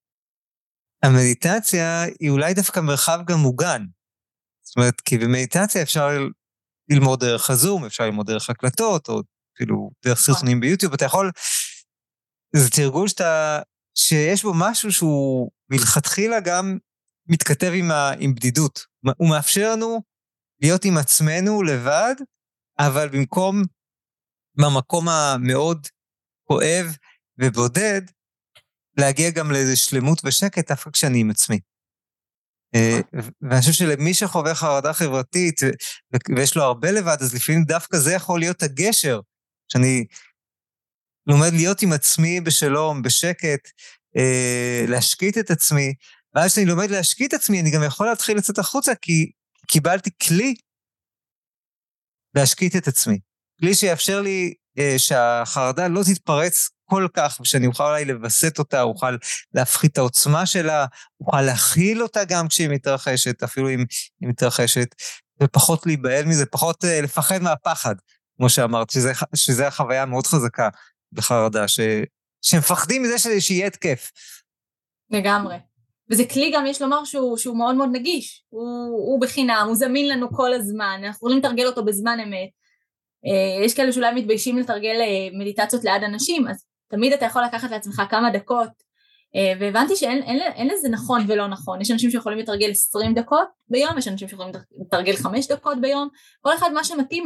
המדיטציה היא אולי דווקא מרחב גם מוגן. זאת אומרת, כי במדיטציה אפשר ללמוד דרך הזום, אפשר ללמוד דרך הקלטות, או אפילו דרך סרטונים ביוטיוב, אתה יכול, זה תרגול שאתה, שיש בו משהו שהוא מלכתחילה גם מתכתב עם, ה, עם בדידות. הוא מאפשר לנו להיות עם עצמנו לבד, אבל במקום, במקום המאוד כואב ובודד, להגיע גם לאיזו שלמות ושקט, דווקא כשאני עם עצמי. ואני חושב שלמי שחווה חרדה חברתית, ויש לו הרבה לבד, אז לפעמים דווקא זה יכול להיות הגשר, שאני לומד להיות עם עצמי בשלום, בשקט, להשקיט את עצמי, ואז כשאני לומד להשקיט את עצמי, אני גם יכול להתחיל לצאת החוצה, כי קיבלתי כלי להשקיט את עצמי. כלי שיאפשר לי שהחרדה לא תתפרץ כל כך, ושאני אוכל אולי לבסט אותה, אוכל להפחית את העוצמה שלה, אוכל להכיל אותה גם כשהיא מתרחשת, אפילו אם היא מתרחשת, ופחות להיבהל מזה, פחות לפחד מהפחד, כמו שאמרת, שזה, שזה החוויה מאוד חזקה בחרדה, ש, שמפחדים מזה שיהיה התקף. לגמרי. וזה כלי גם יש לומר שהוא, שהוא מאוד מאוד נגיש, הוא, הוא בחינם, הוא זמין לנו כל הזמן, אנחנו יכולים לתרגל אותו בזמן אמת, יש כאלה שאולי מתביישים לתרגל מדיטציות ליד אנשים, אז תמיד אתה יכול לקחת לעצמך כמה דקות, והבנתי שאין אין, אין לזה נכון ולא נכון, יש אנשים שיכולים לתרגל עשרים דקות ביום, יש אנשים שיכולים לתרגל חמש דקות ביום, כל אחד מה שמתאים לו,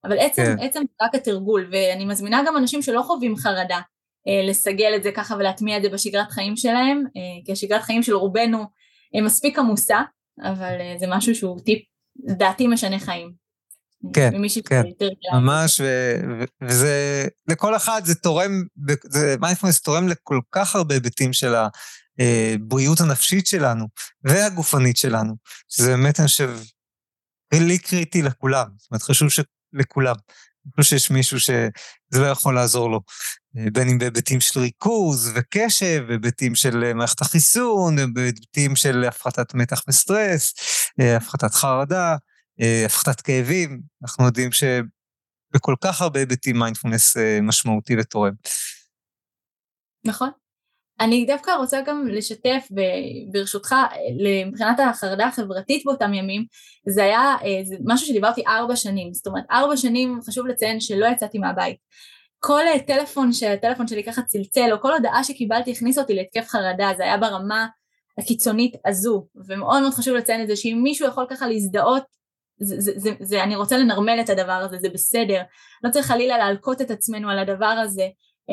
אבל עצם, כן. עצם רק התרגול, ואני מזמינה גם אנשים שלא חווים חרדה, לסגל את זה ככה ולהטמיע את זה בשגרת חיים שלהם, כי השגרת חיים של רובנו מספיק עמוסה, אבל זה משהו שהוא טיפ, דעתי משנה חיים. כן, כן, ממש, וזה, לכל אחד זה תורם, מיינדפולנס תורם לכל כך הרבה היבטים של הבריאות הנפשית שלנו, והגופנית שלנו, שזה באמת, אני חושב, לי קריטי לכולם, זאת אומרת, חשוב לכולם, אני חושב שיש מישהו שזה לא יכול לעזור לו, בין אם בהיבטים של ריכוז וקשב, בהיבטים של מערכת החיסון, בהיבטים של הפחתת מתח וסטרס, הפחתת חרדה, הפחתת כאבים, אנחנו יודעים שבכל כך הרבה היבטים מיינדפולנס משמעותי ותורם. נכון. אני דווקא רוצה גם לשתף ברשותך, מבחינת החרדה החברתית באותם ימים, זה היה זה משהו שדיברתי ארבע שנים, זאת אומרת ארבע שנים חשוב לציין שלא יצאתי מהבית. כל טלפון שהטלפון שלי ככה צלצל, או כל הודעה שקיבלתי הכניס אותי להתקף חרדה, זה היה ברמה הקיצונית הזו, ומאוד מאוד חשוב לציין את זה, שאם מישהו יכול ככה להזדהות, זה, זה, זה, זה, אני רוצה לנרמל את הדבר הזה, זה בסדר, לא צריך חלילה להלקות את עצמנו על הדבר הזה,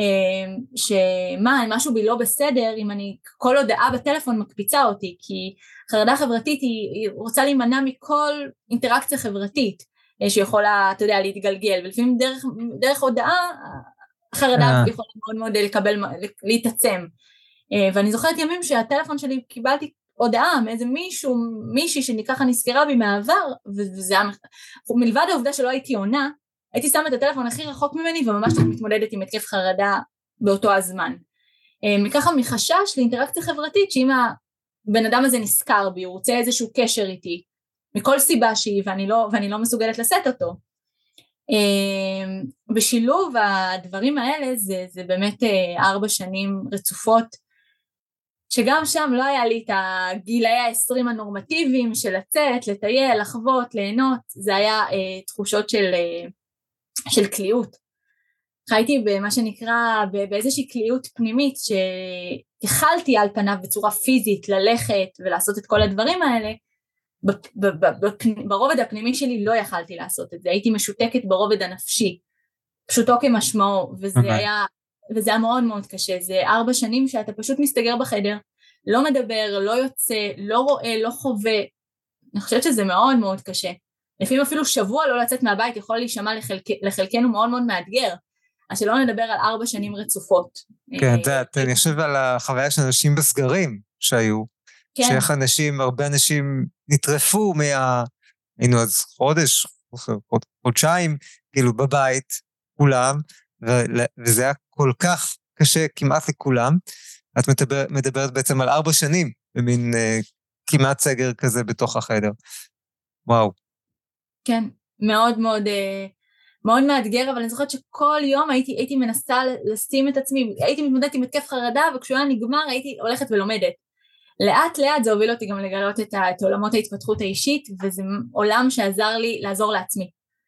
שמה, משהו בי לא בסדר, אם אני, כל הודעה בטלפון מקפיצה אותי, כי חרדה חברתית היא, היא רוצה להימנע מכל אינטראקציה חברתית, שיכולה, אתה יודע, להתגלגל, ולפעמים דרך, דרך הודעה, חרדה יכולה מאוד מאוד לקבל, להתעצם, ואני זוכרת ימים שהטלפון שלי קיבלתי הודעה מאיזה מישהו, מישהי שככה נזכרה בי מהעבר, וזה היה, מלבד העובדה שלא הייתי עונה, הייתי שמה את הטלפון הכי רחוק ממני, וממש מתמודדת עם התקף חרדה באותו הזמן. מככה מחשש לאינטראקציה חברתית, שאם הבן אדם הזה נזכר בי, הוא רוצה איזשהו קשר איתי, מכל סיבה שהיא, ואני לא, ואני לא מסוגלת לשאת אותו. בשילוב הדברים האלה, זה, זה באמת ארבע שנים רצופות, שגם שם לא היה לי את הגילאי העשרים הנורמטיביים של לצאת, לטייל, לחוות, ליהנות, זה היה אה, תחושות של, אה, של קליעות. חייתי במה שנקרא באיזושהי קליעות פנימית, שהחלתי על פניו בצורה פיזית ללכת ולעשות את כל הדברים האלה, ברובד הפנימי שלי לא יכלתי לעשות את זה, הייתי משותקת ברובד הנפשי, פשוטו כמשמעו, וזה היה... וזה היה מאוד מאוד קשה, זה ארבע שנים שאתה פשוט מסתגר בחדר, לא מדבר, לא יוצא, לא רואה, לא חווה, אני חושבת שזה מאוד מאוד קשה, לפעמים אפילו שבוע לא לצאת מהבית יכול להישמע לחלק, לחלקנו מאוד מאוד מאתגר, אז שלא נדבר על ארבע שנים רצופות. כן, אני חושב על החוויה של אנשים בסגרים שהיו, כן. שאיך אנשים, הרבה אנשים נטרפו מה, היינו אז חודש, חודשיים, כאילו בבית, כולם, וזה היה כל כך קשה כמעט לכולם, את מדבר, מדברת בעצם על ארבע שנים, במין אה, כמעט סגר כזה בתוך החדר. וואו. כן, מאוד מאוד, אה, מאוד מאתגר, אבל אני זוכרת שכל יום הייתי, הייתי מנסה לשים את עצמי, הייתי מתמודדת עם התקף חרדה, וכשהוא היה נגמר הייתי הולכת ולומדת. לאט לאט זה הוביל אותי גם לגלות את, ה, את עולמות ההתפתחות האישית, וזה עולם שעזר לי לעזור לעצמי.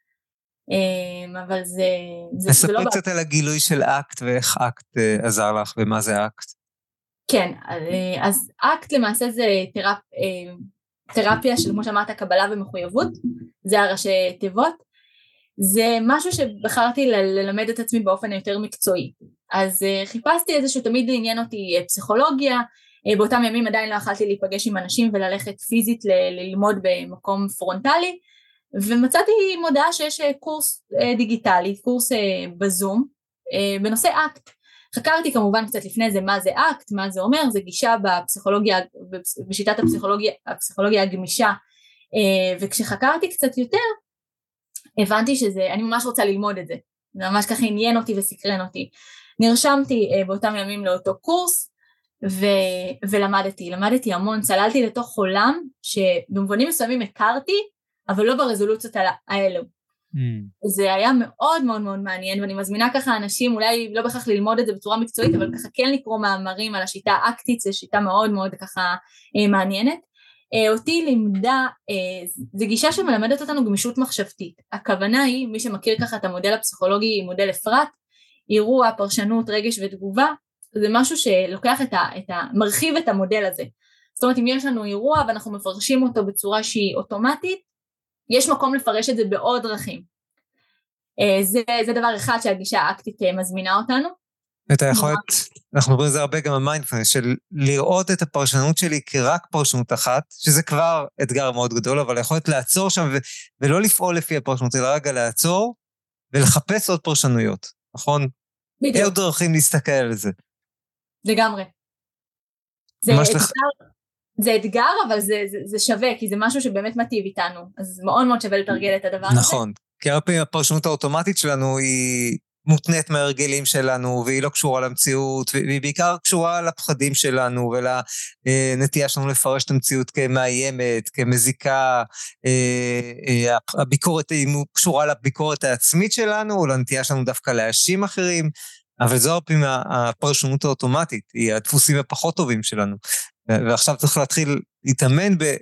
אבל זה... נספר קצת על הגילוי של אקט, ואיך אקט עזר לך, ומה זה אקט? כן, אז אקט למעשה זה תרפיה של, כמו שאמרת, קבלה ומחויבות, זה הראשי תיבות, זה משהו שבחרתי ללמד את עצמי באופן יותר מקצועי, אז חיפשתי איזשהו, תמיד לעניין אותי פסיכולוגיה, באותם ימים עדיין לא יכלתי להיפגש עם אנשים וללכת פיזית ללמוד במקום פרונטלי, ומצאתי מודעה שיש קורס דיגיטלי, קורס בזום, בנושא אקט. חקרתי כמובן קצת לפני זה מה זה אקט, מה זה אומר, זה גישה בפסיכולוגיה, בשיטת הפסיכולוגיה, הפסיכולוגיה הגמישה, וכשחקרתי קצת יותר, הבנתי שזה, אני ממש רוצה ללמוד את זה, זה ממש ככה עניין אותי וסקרן אותי. נרשמתי באותם ימים לאותו קורס, ו, ולמדתי, למדתי המון, צללתי לתוך עולם, שבמובנים מסוימים הכרתי, אבל לא ברזולוציות האלו. Mm. זה היה מאוד מאוד מאוד מעניין, ואני מזמינה ככה אנשים, אולי לא בכך ללמוד את זה בצורה מקצועית, אבל ככה כן לקרוא מאמרים על השיטה האקטית, זו שיטה מאוד מאוד ככה מעניינת. אותי לימדה, זו גישה שמלמדת אותנו גמישות מחשבתית. הכוונה היא, מי שמכיר ככה את המודל הפסיכולוגי, מודל אפרת, אירוע, פרשנות, רגש ותגובה, זה משהו שלוקח את ה, את ה, מרחיב את המודל הזה. זאת אומרת, אם יש לנו אירוע ואנחנו מפרשים אותו בצורה שהיא אוטומטית, יש מקום לפרש את זה בעוד דרכים. זה, זה דבר אחד שהגישה האקטית מזמינה אותנו. אתה יכול, אנחנו מדברים על זה הרבה גם במיינדפולנס, של לראות את הפרשנות שלי כרק פרשנות אחת, שזה כבר אתגר מאוד גדול, אבל יכולת לעצור שם ו- ולא לפעול לפי הפרשנות, אלא רגע לעצור ולחפש עוד פרשנויות, נכון? בדיוק. איך דרכים להסתכל על זה? לגמרי. זה אתגר, לח... זה אתגר, אבל זה, זה, זה שווה, כי זה משהו שבאמת מטיב איתנו, אז מאוד מאוד שווה לתרגל את הדבר הזה. נכון, כי הרבה פעמים הפרשנות האוטומטית שלנו היא מותנית מהרגלים שלנו, והיא לא קשורה למציאות, והיא בעיקר קשורה לפחדים שלנו, ולנטייה שלנו לפרש את המציאות כמאיימת, כמזיקה, הביקורת היא קשורה לביקורת העצמית שלנו, או לנטייה שלנו דווקא להאשים אחרים, אבל זו הרבה פעמים הפרשנות האוטומטית, היא הדפוסים הפחות טובים שלנו, ועכשיו צריך להתחיל להתאמן ב...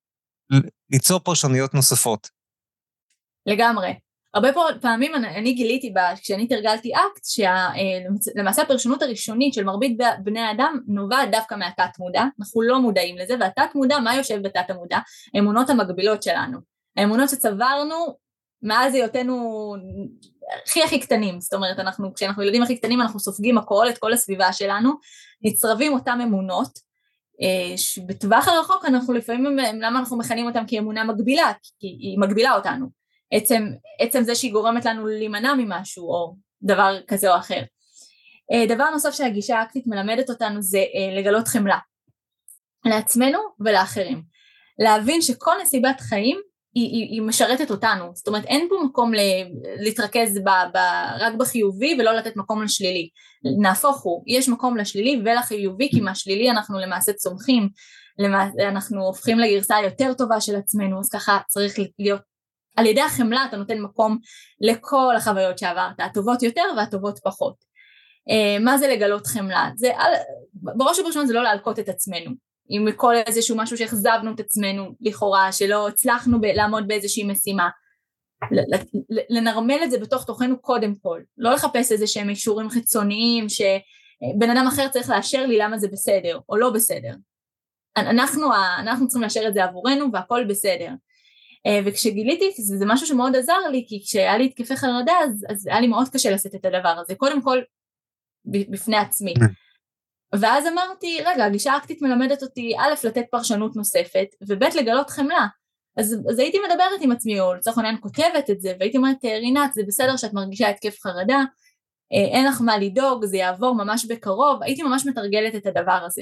ליצור פרשנויות נוספות. לגמרי. הרבה פעמים אני גיליתי, כשאני תרגלתי אקט, שלמעשה הפרשנות הראשונית של מרבית בני האדם נובעת דווקא מהתת מודע, אנחנו לא מודעים לזה, והתת מודע, מה יושב בתת המודע? האמונות המקבילות שלנו, האמונות שצברנו מאז היותנו הכי הכי קטנים, זאת אומרת, אנחנו, כשאנחנו ילדים הכי קטנים אנחנו סופגים הכל, את כל הסביבה שלנו, נצרבים אותם אמונות, שבטווח הרחוק אנחנו לפעמים, למה אנחנו מכנים אותם כאמונה מגבילה? כי היא מגבילה אותנו, עצם, עצם זה שהיא גורמת לנו להימנע ממשהו או דבר כזה או אחר. דבר נוסף שהגישה האקטית מלמדת אותנו זה לגלות חמלה, לעצמנו ולאחרים, להבין שכל נסיבת חיים היא, היא, היא משרתת אותנו, זאת אומרת אין פה מקום ל, להתרכז ב, ב, רק בחיובי ולא לתת מקום לשלילי, נהפוך הוא, יש מקום לשלילי ולחיובי, כי מהשלילי אנחנו למעשה צומחים, למעשה אנחנו הופכים לגרסה יותר טובה של עצמנו, אז ככה צריך להיות, על ידי החמלה אתה נותן מקום לכל החוויות שעברת, הטובות יותר והטובות פחות. מה זה לגלות חמלה? זה, בראש ובראשון זה לא להלקות את עצמנו, אם מכל איזשהו משהו שהחזבנו את עצמנו לכאורה, שלא הצלחנו ב- לעמוד באיזושהי משימה, לנרמל את זה בתוך תוכנו קודם כל, לא לחפש איזה שהם אישורים חיצוניים, שבן אדם אחר צריך לאשר לי למה זה בסדר, או לא בסדר. אנחנו, אנחנו צריכים לאשר את זה עבורנו, והכל בסדר. וכשגיליתי, זה, זה משהו שמאוד עזר לי, כי כשהיה לי התקפי חרדה, אז, אז היה לי מאוד קשה לעשות את הדבר הזה, קודם כל, בפני עצמי. ואז אמרתי, רגע, הגישה האקטית מלמדת אותי, א', לתת פרשנות נוספת, וב', לגלות חמלה. אז, אז הייתי מדברת עם עצמי, או לצורך העניין כותבת את זה, והייתי אומרת, רינת, זה בסדר שאת מרגישה התקף חרדה, אין לך מה לדאוג, זה יעבור ממש בקרוב, הייתי ממש מתרגלת את הדבר הזה.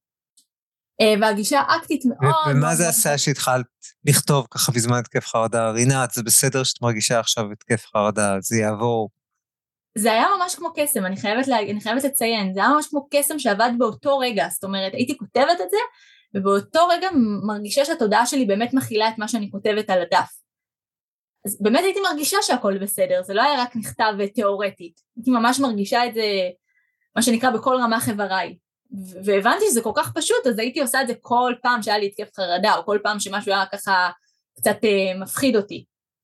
והגישה האקטית מאוד... ומה זה עשה שהתחלת לכתוב ככה בזמן התקף חרדה? רינת, זה בסדר שאת מרגישה עכשיו התקף חרדה, זה יעבור... זה היה ממש כמו קסם, אני חייבת, לה, אני חייבת לציין, זה היה ממש כמו קסם שעבד באותו רגע, זאת אומרת, הייתי כותבת את זה, ובאותו רגע מרגישה שהתודעה שלי באמת מכילה את מה שאני כותבת על הדף. אז באמת הייתי מרגישה שהכל בסדר, זה לא היה רק נכתב תיאורטית, הייתי ממש מרגישה את זה, מה שנקרא בכל רמה חבריי, והבנתי שזה כל כך פשוט, אז הייתי עושה את זה כל פעם שהיה לי התקף חרדה, או כל פעם שמשהו היה ככה קצת uh, מפחיד אותי.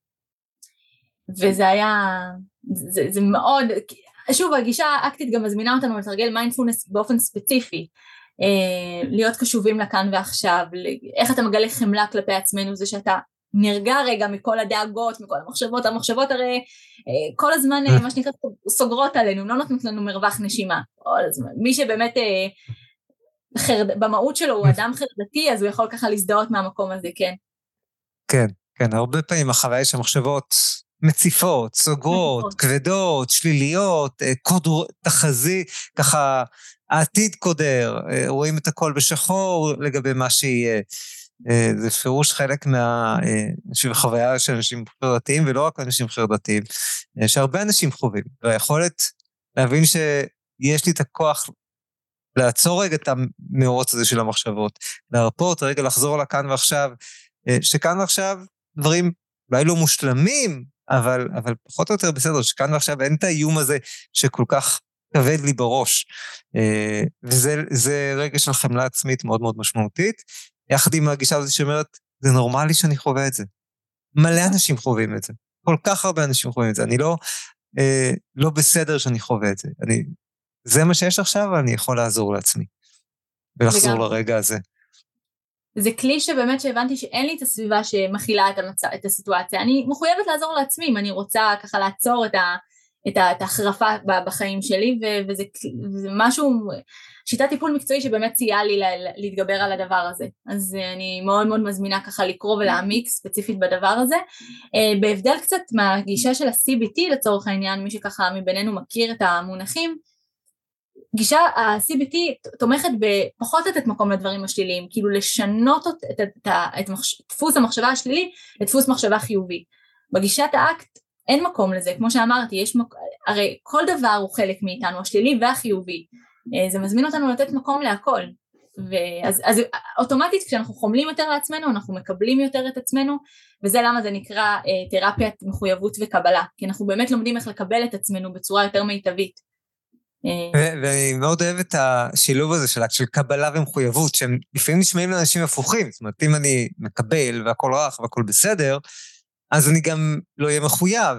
וזה היה, זה, זה מאוד, שוב, הגישה האקטית גם מזמינה אותנו לתרגל מיינדפולנס באופן ספציפי, אה, להיות קשובים לכאן ועכשיו, איך אתה מגלה חמלה כלפי עצמנו, זה שאתה נרגע רגע מכל הדאגות, מכל המחשבות, המחשבות הרי אה, כל הזמן, אה, מה שנקרא, סוגרות עלינו, לא נותנות לנו מרווח נשימה, כל הזמן, מי שבאמת אה, חרד, במהות שלו הוא אדם חרדתי, אז הוא יכול ככה להזדהות מהמקום הזה, כן? כן, כן, הרבה פעמים החוויה שהמחשבות מציפות, סוגרות, כבדות, שליליות, קודר, תחזי, ככה העתיד קודר, רואים את הכל בשחור לגבי מה שיהיה. זה פירוש חלק מה... חוויה של אנשים חרדתיים, ולא רק אנשים חרדתיים, שהרבה אנשים חווים, והיכולת להבין שיש לי את הכוח לעצור רגע את המאורות הזה של המחשבות, להרפות, רגע לחזור לכאן ועכשיו, שכאן ועכשיו דברים אולי לא מושלמים, אבל, אבל פחות או יותר בסדר, שכאן ועכשיו אין את האיום הזה שכל כך כבד לי בראש, וזה זה רגע של חמלה עצמית מאוד מאוד משמעותית, יחד עם הגישה הזאת שאומרת, זה נורמלי שאני חווה את זה. מלא אנשים חווים את זה, כל כך הרבה אנשים חווים את זה, אני לא, לא בסדר שאני חווה את זה, אני, זה מה שיש עכשיו, ואני יכול לעזור לעצמי, ולחזור לרגע הזה. זה כלי שבאמת שהבנתי שאין לי את הסביבה שמכילה את, המצ... את הסיטואציה, אני מחויבת לעזור לעצמי, אם אני רוצה ככה לעצור את, ה... את, ה... את ההחרפה בחיים שלי, ו... וזה... וזה משהו, שיטת טיפול מקצועי שבאמת סייעה לי לה... להתגבר על הדבר הזה, אז אני מאוד מאוד מזמינה ככה לקרוא ולהעמיק ספציפית בדבר הזה, בהבדל קצת מהגישה של ה-סי בי טי לצורך העניין, מי שככה מבינינו מכיר את המונחים, גישה ה-סי בי טי תומכת בפחות לתת מקום לדברים השליליים, כאילו לשנות את, את, את, את מחש... דפוס המחשבה השלילי לדפוס מחשבה חיובי. בגישת האקט אין מקום לזה, כמו שאמרתי, יש מק... הרי כל דבר הוא חלק מאיתנו, השלילי והחיובי, זה מזמין אותנו לתת מקום להכל, ואז, אז אוטומטית כשאנחנו חומלים יותר לעצמנו, אנחנו מקבלים יותר את עצמנו, וזה למה זה נקרא תרפיית מחויבות וקבלה, כי אנחנו באמת לומדים איך לקבל את עצמנו בצורה יותר מיטבית. ואני מאוד אוהב את השילוב הזה של קבלה ומחויבות, שהם לפעמים נשמעים לאנשים הפוכים, זאת אומרת, אם אני מקבל והכל רך והכל בסדר, אז אני גם לא אהיה מחויב.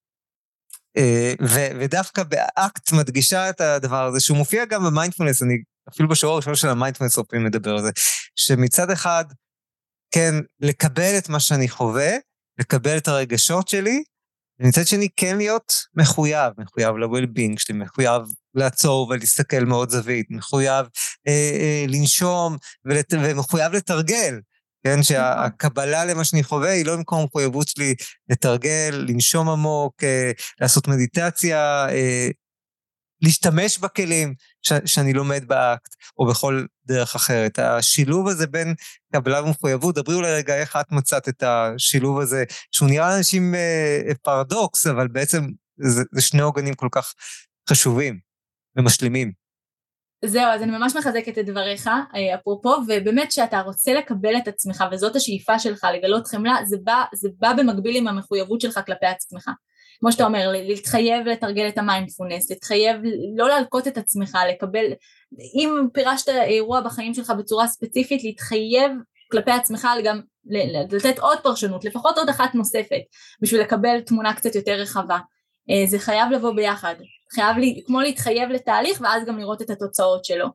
ודווקא באקט מדגישה את הדבר הזה, שהוא מופיע גם במיינדפולנס, אני אפילו בשורה הראשונה של המיינדפולנס רופאים מדבר על זה, שמצד אחד, כן, לקבל את מה שאני חווה, לקבל את הרגשות שלי, ומצד שני כן להיות מחויב, מחויב ל-well-being שלי, מחויב לעצור ולהסתכל מאוד זווית, מחויב אה, אה, לנשום ולת... ומחויב לתרגל, כן, שהקבלה למה שאני חווה היא לא במקום המחויבות שלי לתרגל, לנשום עמוק, אה, לעשות מדיטציה, אה, להשתמש בכלים ש... שאני לומד באקט, או בכל דרך אחרת. השילוב הזה בין קבלה ומחויבות, דברי אולי רגע איך את מצאת את השילוב הזה, שהוא נראה לאנשים אה, פרדוקס, אבל בעצם זה, זה שני עוגנים כל כך חשובים ומשלימים. זהו, אז אני ממש מחזקת את דבריך, אפרופו, ובאמת שאתה רוצה לקבל את עצמך, וזאת השאיפה שלך, לגלות חמלה, זה בא, זה בא במקביל עם המחויבות שלך כלפי עצמך. כמו שאתה אומר, להתחייב לתרגל את המיינדפולנס, להתחייב לא להלקות את עצמך, לקבל, אם פירשת אירוע בחיים שלך בצורה ספציפית, להתחייב כלפי עצמך, גם לתת עוד פרשנות, לפחות עוד אחת נוספת, בשביל לקבל תמונה קצת יותר רחבה. זה חייב לבוא ביחד, חייב לי, כמו להתחייב לתהליך, ואז גם לראות את התוצאות שלו.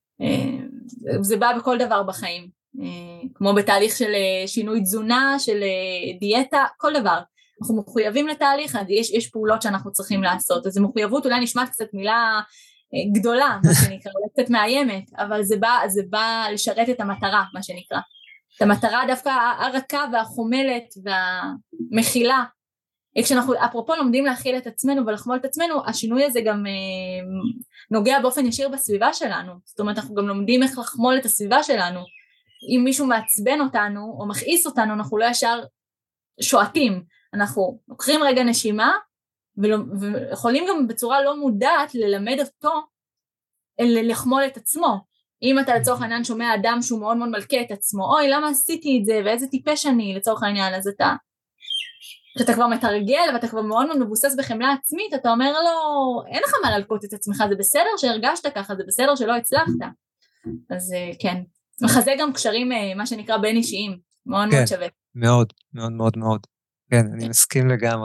זה בא בכל דבר בחיים, כמו בתהליך של שינוי תזונה, של דיאטה, כל דבר. אנחנו מחויבים לתהליך, יש, יש פעולות שאנחנו צריכים לעשות, אז מחויבות אולי נשמעת קצת מילה גדולה, מה שנקרא, אולי קצת מאיימת, אבל זה בא, זה בא לשרת את המטרה, מה שנקרא. את המטרה דווקא הרכה והחומלת והמכילה, כשאנחנו אפרופו לומדים להכיל את עצמנו ולחמול את עצמנו, השינוי הזה גם אה, נוגע באופן ישיר בסביבה שלנו, זאת אומרת אנחנו גם לומדים איך לחמול את הסביבה שלנו, אם מישהו מעצבן אותנו או מכעיס אותנו, אנחנו לא ישר שועטים, אנחנו לוקחים רגע נשימה, ויכולים גם בצורה לא מודעת ללמד אותו, לחמול את עצמו, אם אתה לצורך העניין שומע אדם שהוא מאוד מאוד מלכה את עצמו, אוי למה עשיתי את זה ואיזה טיפש אני לצורך העניין, אז אתה כשאתה כבר מתרגל ואתה כבר מאוד מאוד מבוסס בחמלה עצמית, אתה אומר לו, אין לך מה להלקות את עצמך, זה בסדר שהרגשת ככה, זה בסדר שלא הצלחת. אז כן, מחזק גם קשרים, מה שנקרא בין אישיים, מאוד כן, מאוד שווה. מאוד, מאוד מאוד מאוד. כן, אני מסכים לגמרי.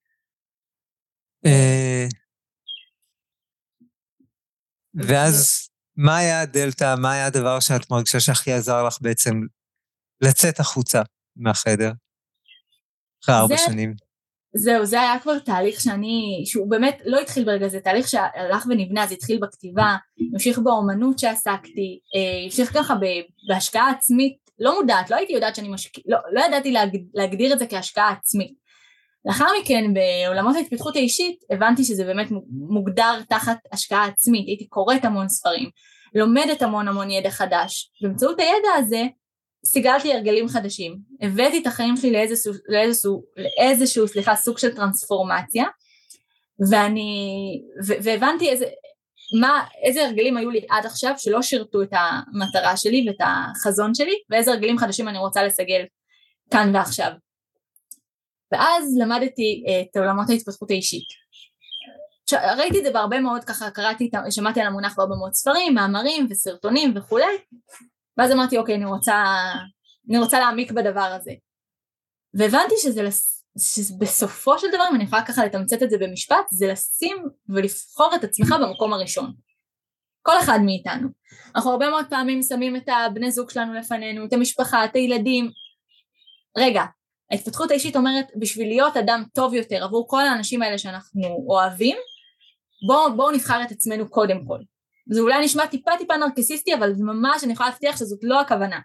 ואז, מה היה הדלטה, מה היה הדבר שאת מרגישה שהכי עזר לך בעצם לצאת החוצה מהחדר? אחרי ארבע שנים. זהו, זה היה כבר תהליך שאני, שהוא באמת לא התחיל ברגע, זה תהליך שהלך ונבנה, זה התחיל בכתיבה, המשיך באומנות שעסקתי, המשיך ככה בהשקעה עצמית, לא מודעת, לא הייתי יודעת שאני משקיע, לא, לא ידעתי להגדיר את זה כהשקעה עצמית. לאחר מכן, בעולמות ההתפתחות האישית, הבנתי שזה באמת מוגדר תחת השקעה עצמית, הייתי קוראת המון ספרים, לומדת המון המון ידע חדש, באמצעות הידע הזה, סיגלתי הרגלים חדשים, הבאתי את החיים שלי לאיזשהו, לאיזשהו, לאיזשהו סליחה, סוג של טרנספורמציה, ואני, ו- והבנתי איזה, מה, איזה הרגלים היו לי עד עכשיו שלא שירתו את המטרה שלי ואת החזון שלי, ואיזה הרגלים חדשים אני רוצה לסגל כאן ועכשיו. ואז למדתי את עולמות ההתפתחות האישית. ראיתי את זה בהרבה מאוד, ככה קראתי, שמעתי על המונח בהרבה מאוד ספרים, מאמרים וסרטונים וכו'. ואז אמרתי, אוקיי, אני רוצה, אני רוצה להעמיק בדבר הזה. והבנתי שזה, שבסופו של דבר, אם אני יכולה ככה לתמצת את זה במשפט, זה לשים ולבחור את עצמך במקום הראשון. כל אחד מאיתנו. אנחנו הרבה מאוד פעמים שמים את הבני זוג שלנו לפנינו, את המשפחה, את הילדים. רגע, ההתפתחות האישית אומרת, בשביל להיות אדם טוב יותר עבור כל האנשים האלה שאנחנו אוהבים, בואו בוא נבחר את עצמנו קודם כל. זה אולי נשמע טיפה טיפה נרקסיסטי, אבל זה ממש, אני יכולה להבטיח שזאת לא הכוונה.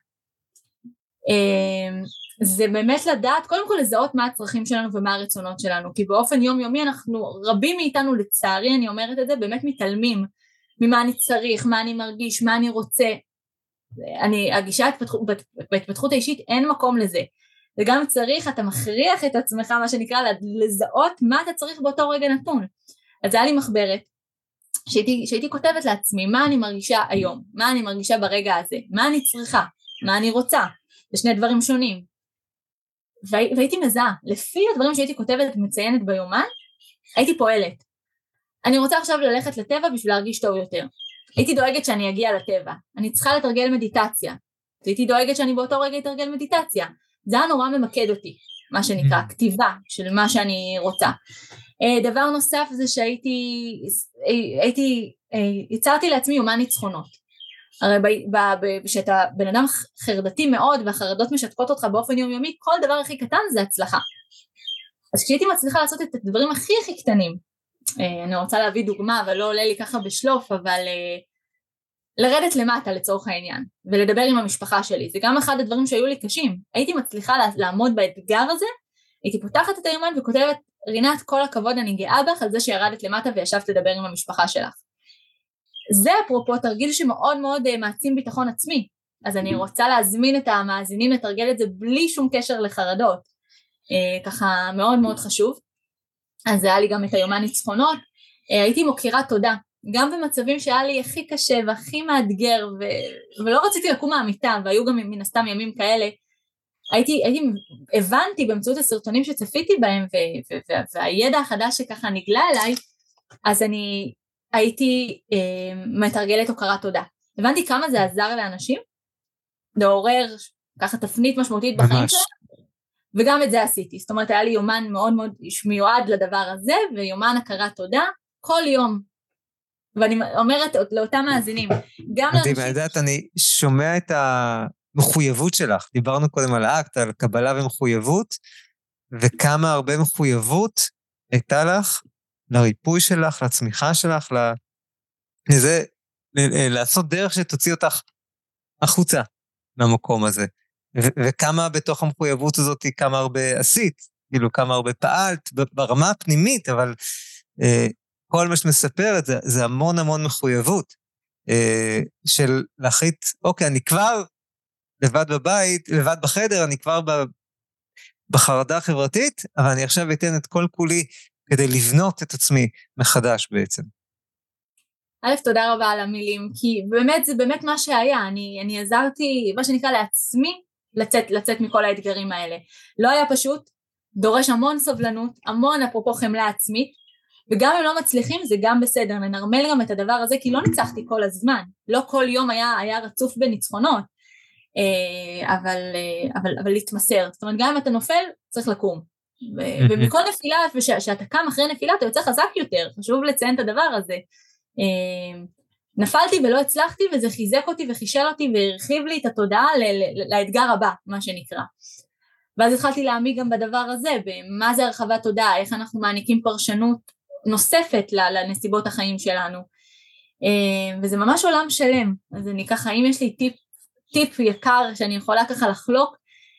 זה באמת לדעת, קודם כל לזהות מה הצרכים שלנו ומה הרצונות שלנו, כי באופן יומיומי אנחנו, רבים מאיתנו לצערי, אני אומרת את זה, באמת מתעלמים ממה אני צריך, מה אני מרגיש, מה אני רוצה. אני, הגישה בהתפתחות האישית אין מקום לזה. וגם צריך, אתה מכריח את עצמך, מה שנקרא, לזהות מה אתה צריך באותו רגע נתון. אז זה היה לי מחברת, שהייתי, שהייתי כותבת לעצמי, מה אני מרגישה היום, מה אני מרגישה ברגע הזה, מה אני צריכה, מה אני רוצה, זה שני דברים שונים. והייתי מזהה, לפי הדברים שהייתי כותבת ומציינת ביומן, הייתי פועלת. אני רוצה עכשיו ללכת לטבע בשביל להרגיש טוב יותר. הייתי דואגת שאני אגיע לטבע, אני צריכה לתרגל מדיטציה, הייתי דואגת שאני באותו רגע אתרגל מדיטציה. זה היה נורא ממקד אותי, מה שנקרא, כתיבה של מה שאני רוצה. דבר נוסף זה שהייתי, הייתי, יצרתי לעצמי יומן ניצחונות. הרי כשאתה בן אדם חרדתי מאוד, והחרדות משתקות אותך באופן יומיומי, כל דבר הכי קטן זה הצלחה. אז כשהייתי מצליחה לעשות את הדברים הכי הכי קטנים, אני רוצה להביא דוגמה, אבל לא עולה לי ככה בשלוף, אבל לרדת למטה לצורך העניין, ולדבר עם המשפחה שלי, זה גם אחד הדברים שהיו לי קשים. הייתי מצליחה לעמוד באתגר הזה, הייתי פותחת את היומן וכותבת, רינת, כל הכבוד, אני גאה בך על זה שירדת למטה וישבת לדבר עם המשפחה שלך. זה אפרופו תרגיל שמאוד מאוד מעצים ביטחון עצמי, אז אני רוצה להזמין את המאזינים לתרגל את זה בלי שום קשר לחרדות, ככה מאוד מאוד חשוב. אז זה היה לי גם את היומן ניצחונות, הייתי מוקירה תודה, גם במצבים שהיה לי הכי קשה והכי מאתגר, ו- ולא רציתי לקום מהמיטה, והיו גם מן הסתם ימים כאלה, הייתי, הייתי, הבנתי באמצעות הסרטונים שצפיתי בהם, ו- ו- ו- והידע החדש שככה נגלה אליי, אז אני הייתי אה, מתרגלת הוקרת תודה. הבנתי כמה זה עזר לאנשים, לעורר ככה תפנית משמעותית בחיים שלהם, וגם את זה עשיתי. זאת אומרת, היה לי יומן מאוד מאוד מיועד לדבר הזה, ויומן הכרת תודה, כל יום. ואני אומרת לאותם מאזינים, גם לאנשים... מדהים, יודעת, אני שומע את המחויבות שלך. דיברנו קודם על האקט, על קבלה ומחויבות, וכמה הרבה מחויבות הייתה לך, לריפוי שלך, לצמיחה שלך, לזה, לעשות דרך שתוציא אותך החוצה מהמקום הזה. ו- וכמה בתוך המחויבות הזאת, כמה הרבה עשית, כאילו כמה הרבה פעלת, ברמה הפנימית, אבל אה, כל מה שמספרת, זה, זה המון המון מחויבות, אה, של להחליט, אוקיי, אני כבר לבד בבית, לבד בחדר, אני כבר ב, בחרדה חברתית, אבל אני עכשיו אתן את כל כולי, כדי לבנות את עצמי מחדש בעצם. א', תודה רבה על המילים, כי באמת זה באמת מה שהיה, אני, אני עזרתי, מה שנקרא לעצמי, לצאת, לצאת מכל האתגרים האלה. לא היה פשוט, דורש המון סובלנות, המון אפרופו חמלה עצמית, וגם אם לא מצליחים זה גם בסדר, ננרמל גם את הדבר הזה, כי לא ניצחתי כל הזמן, לא כל יום היה, היה רצוף בניצחונות, אבל, אבל, אבל להתמסר, זאת אומרת גם אם אתה נופל צריך לקום, ומכל נפילה, ושאתה קם אחרי נפילה אתה יוצא חזק יותר, חשוב לציין את הדבר הזה, נפלתי ולא הצלחתי וזה חיזק אותי וחישל אותי והרחיב לי את התודעה לאתגר הבא, מה שנקרא. ואז התחלתי להעמיק גם בדבר הזה, במה זה הרחבת תודעה, איך אנחנו מעניקים פרשנות נוספת לנסיבות החיים שלנו, וזה ממש עולם שלם. אז אני ככה, אם יש לי טיפ, טיפ יקר שאני יכולה ככה לחלוק,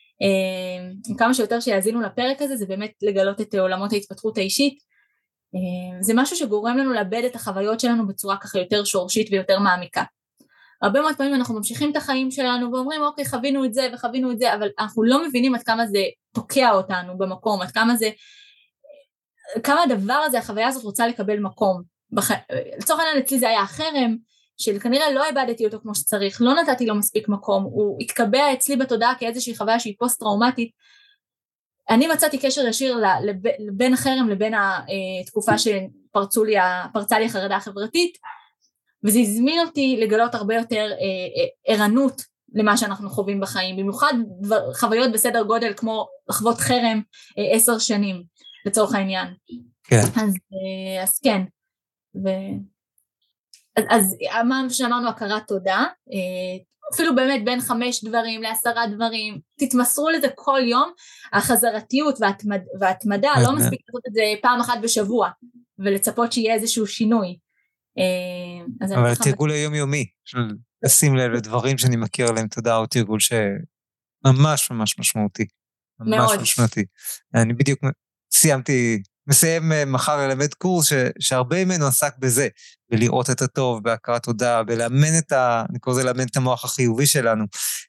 כמה שיותר שיאזינו לפרק הזה, זה באמת לגלות את עולמות ההתפתחות האישית, זה משהו שגורם לנו לאבד את החוויות שלנו בצורה ככה יותר שורשית ויותר מעמיקה. הרבה מאוד פעמים אנחנו ממשיכים את החיים שלנו ואומרים אוקיי חווינו את זה וחווינו את זה, אבל אנחנו לא מבינים עד כמה זה תוקע אותנו במקום, עד כמה זה, כמה הדבר הזה, החוויה הזאת רוצה לקבל מקום. בח... לצורך העניין אצלי זה היה החרם, שכנראה לא איבדתי אותו כמו שצריך, לא נתתי לו מספיק מקום, הוא התקבע אצלי בתודעה כאיזושהי חוויה שהיא פוסט-טראומטית, אני מצאתי קשר ישיר בין החרם לבין התקופה שפרצה לי החרדה החברתית, וזה הזמין אותי לגלות הרבה יותר ערנות למה שאנחנו חווים בחיים, במיוחד חוויות בסדר גודל כמו לחוות חרם עשר שנים לצורך העניין. כן. אז, אז כן. ו... אז, אז אמרנו שאמרנו הכרת תודה, אפילו באמת בין חמש דברים לעשרה דברים, תתמסרו לזה כל יום, החזרתיות והתמד, והתמדה, לא מספיק לעשות את זה פעם אחת בשבוע, ולצפות שיהיה איזשהו שינוי. אבל התרגול היומיומי, של לשים לב לדברים שאני מכיר עליהם תודה, הוא תרגול שממש ממש משמעותי. ממש משמעותי. אני בדיוק סיימתי, מסיים מחר ללמד קורס שהרבה ממנו עסק בזה, בלראות את הטוב, בהכרת תודה, בלאמן את ה... אני קורא לזה לאמן את המוח החיובי שלנו.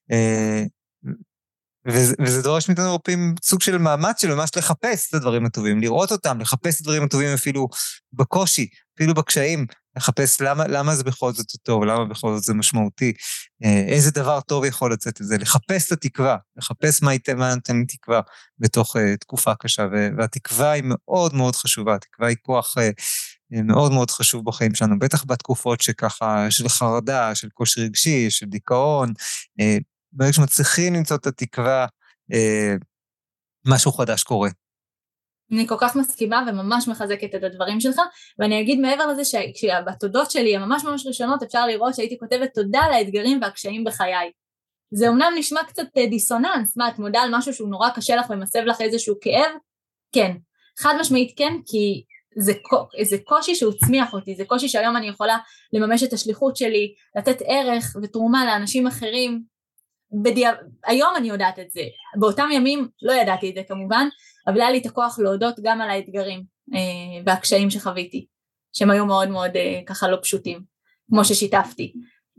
וזה דורש מאיתנו רופאים סוג של מאמץ שלו, ממש לחפש את הדברים הטובים, לראות אותם, לחפש את הדברים הטובים אפילו בקושי, אפילו בקשיים, לחפש למה, למה זה בכל זאת טוב, למה בכל זאת זה משמעותי, איזה דבר טוב יכול לצאת לזה, לחפש את התקווה, לחפש מה ייתן, מה נותן תקווה בתוך uh, תקופה קשה, והתקווה היא מאוד מאוד חשובה, התקווה היא כוח uh, מאוד מאוד חשוב בחיים שלנו, בטח בתקופות שככה, של חרדה, של קושי רגשי, של דיכאון, uh, ברגע שמצליחים למצוא את התקווה, אה, משהו חדש קורה. אני כל כך מסכימה וממש מחזקת את הדברים שלך, ואני אגיד מעבר לזה שבתודות שלי, הממש ממש ראשונות, אפשר לראות שהייתי כותבת תודה על האתגרים והקשיים בחיי. זה אומנם נשמע קצת דיסוננס, מה, את מודה על משהו שהוא נורא קשה לך ומסב לך איזשהו כאב? כן, חד משמעית כן, כי זה, זה קושי שהוא צמיח אותי, זה קושי שהיום אני יכולה לממש את השליחות שלי, לתת ערך ותרומה לאנשים אחרים, בדיע... היום אני יודעת את זה, באותם ימים לא ידעתי את זה כמובן, אבל היה לי את הכוח להודות גם על האתגרים אה, והקשיים שחוויתי, שהם היו מאוד מאוד אה, ככה לא פשוטים, כמו ששיתפתי.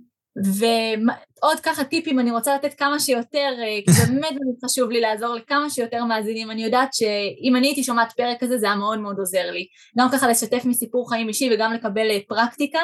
ועוד ככה טיפים אני רוצה לתת כמה שיותר, אה, כי באמת חשוב לי לעזור לכמה שיותר מאזינים, אני יודעת שאם אני הייתי שומעת פרק כזה, זה היה מאוד מאוד עוזר לי, גם ככה לשתף מסיפור חיים אישי וגם לקבל אה, פרקטיקה,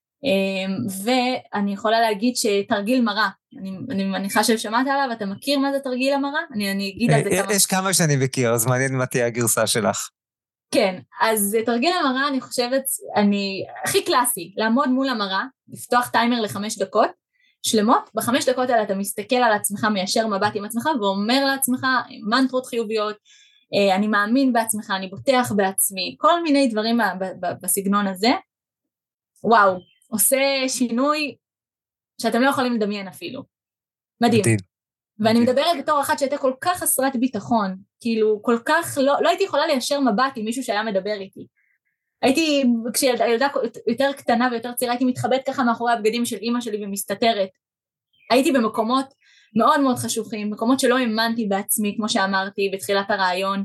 ואני יכולה להגיד שתרגיל מראה, אני, אני מניחה ששמעת עליו, אתה מכיר מה זה תרגיל המראה? אני, אני אגיד על זה כמה. יש כמה שאני מכיר, אז מעניין מה תהיה הגרסה שלך. כן, אז תרגיל המראה אני חושבת, אני, הכי קלאסי, לעמוד מול המראה, לפתוח טיימר לחמש דקות, שלמות, בחמש דקות האלה אתה מסתכל על עצמך, מיישר מבט עם עצמך, ואומר לעצמך מנטרות חיוביות, אני מאמין בעצמך, אני בוטח בעצמי, כל מיני דברים בסגנון הזה, וואו, עושה שינוי שאתם לא יכולים לדמיין אפילו. מדהים. מדהים. ואני מדברת בתור אחת שהייתה כל כך חסרת ביטחון, כאילו כל כך, לא, לא הייתי יכולה ליישר מבט עם מישהו שהיה מדבר איתי. הייתי, כשילדה יותר קטנה ויותר צעירה, הייתי מתחבאת ככה מאחורי הבגדים של אמא שלי ומסתתרת. הייתי במקומות מאוד מאוד חשוכים, מקומות שלא האמנתי בעצמי, כמו שאמרתי בתחילת הרעיון.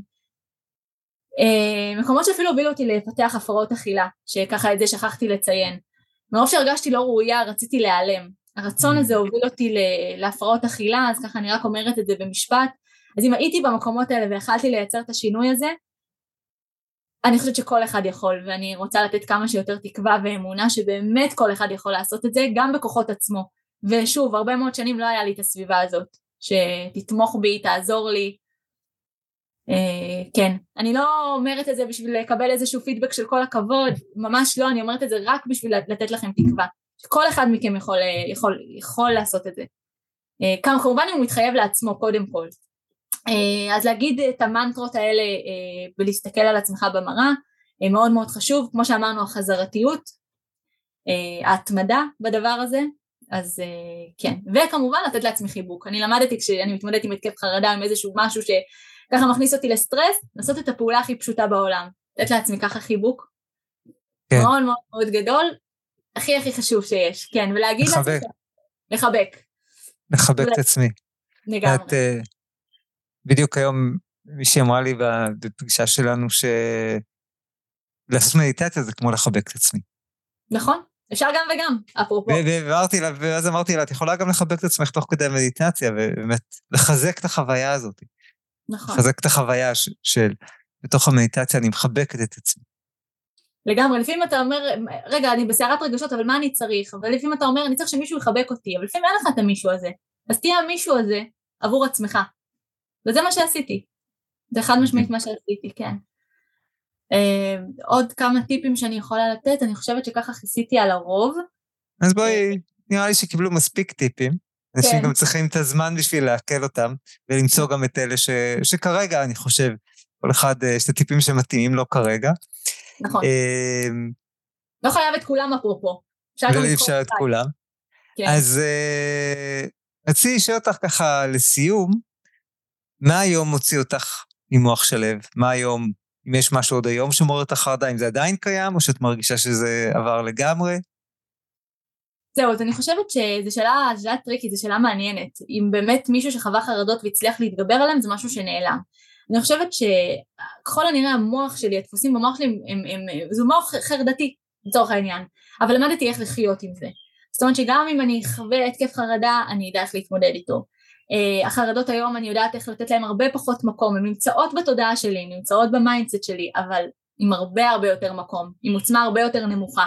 מקומות שאפילו הובילו אותי לפתח הפרעות אכילה, שככה את זה שכחתי לציין. מרוב שהרגשתי לא ראויה, רציתי להיעלם. הרצון הזה הוביל אותי להפרעות אכילה, אז ככה אני רק אומרת את זה במשפט. אז אם הייתי במקומות האלה והחלתי לייצר את השינוי הזה, אני חושבת שכל אחד יכול, ואני רוצה לתת כמה שיותר תקווה ואמונה שבאמת כל אחד יכול לעשות את זה, גם בכוחות עצמו. ושוב, הרבה מאוד שנים לא היה לי את הסביבה הזאת, שתתמוך בי, תעזור לי. Uh, כן, אני לא אומרת את זה בשביל לקבל איזשהו פידבק של כל הכבוד, ממש לא, אני אומרת את זה רק בשביל לתת לכם תקווה, שכל אחד מכם יכול, יכול, יכול לעשות את זה, uh, כמובן אם הוא מתחייב לעצמו קודם כל, uh, אז להגיד את המנטרות האלה uh, ולהסתכל על עצמך במראה, uh, מאוד מאוד חשוב, כמו שאמרנו החזרתיות, uh, ההתמדה בדבר הזה, אז uh, כן, וכמובן לתת לעצמי חיבוק, אני למדתי כשאני מתמודדת עם התקף חרדה עם איזשהו משהו ש... ככה מכניס אותי לסטרס, לעשות את הפעולה הכי פשוטה בעולם. לתת לעצמי ככה חיבוק. כן. מאוד מאוד מאוד גדול, הכי הכי חשוב שיש. כן, ולהגיד לחבק. לעצמי, לחבק. לחבק את עצמי. לגמרי. את, uh, בדיוק היום מישהי אמרה לי בפגישה שלנו שלעשות מדיטציה זה כמו לחבק את עצמי. נכון, אפשר גם וגם, אפרופו. ואז אמרתי לה, את יכולה גם לחבק את עצמך תוך כדי מדיטציה, ובאמת לחזק את החוויה הזאת. נכון. לחזק את החוויה ש, של, בתוך המדיטציה אני מחבקת את עצמי. לגמרי, לפעמים אתה אומר, רגע, אני בסערת רגשות, אבל מה אני צריך? אבל לפעמים אתה אומר, אני צריך שמישהו יחבק אותי, אבל לפעמים אין לך את המישהו הזה. אז תהיה המישהו הזה עבור עצמך. וזה מה שעשיתי. זה חד משמעית מה שעשיתי, כן. עוד כמה טיפים שאני יכולה לתת, אני חושבת שככה חיסיתי על הרוב. אז בואי, נראה לי שקיבלו מספיק טיפים. אנשים גם צריכים את הזמן בשביל להקל אותם, ולמצוא גם את אלה ש... שכרגע, אני חושב, כל אחד, יש את הטיפים שמתאימים לו כרגע. נכון. לא חייב את כולם אפרופו. ולא אפשר את כולם. כן. אז uh, רציתי לשאול אותך ככה לסיום, מה היום מוציא אותך ממוח שלב? מה היום, אם יש משהו עוד היום שמעורר אותך חרדה, אם זה עדיין קיים, או שאת מרגישה שזה עבר לגמרי? זהו, אז אני חושבת שזו שאלה, שאלה טריקית, זו שאלה מעניינת. אם באמת מישהו שחווה חרדות והצליח להתגבר עליהם, זה משהו שנעלם. אני חושבת שככל הנראה המוח שלי, הדפוסים במוח שלי, הם, הם, הם, זה מוח חרדתי, לצורך העניין. אבל למדתי איך לחיות עם זה. זאת אומרת שגם אם אני חווה התקף חרדה, אני יודע איך להתמודד איתו. Uh, החרדות היום אני יודעת איך לתת להם הרבה פחות מקום, הן נמצאות בתודעה שלי, הן נמצאות במיינדסט שלי, אבל עם הרבה הרבה יותר מקום, עם עוצמה הרבה יותר נמוכה.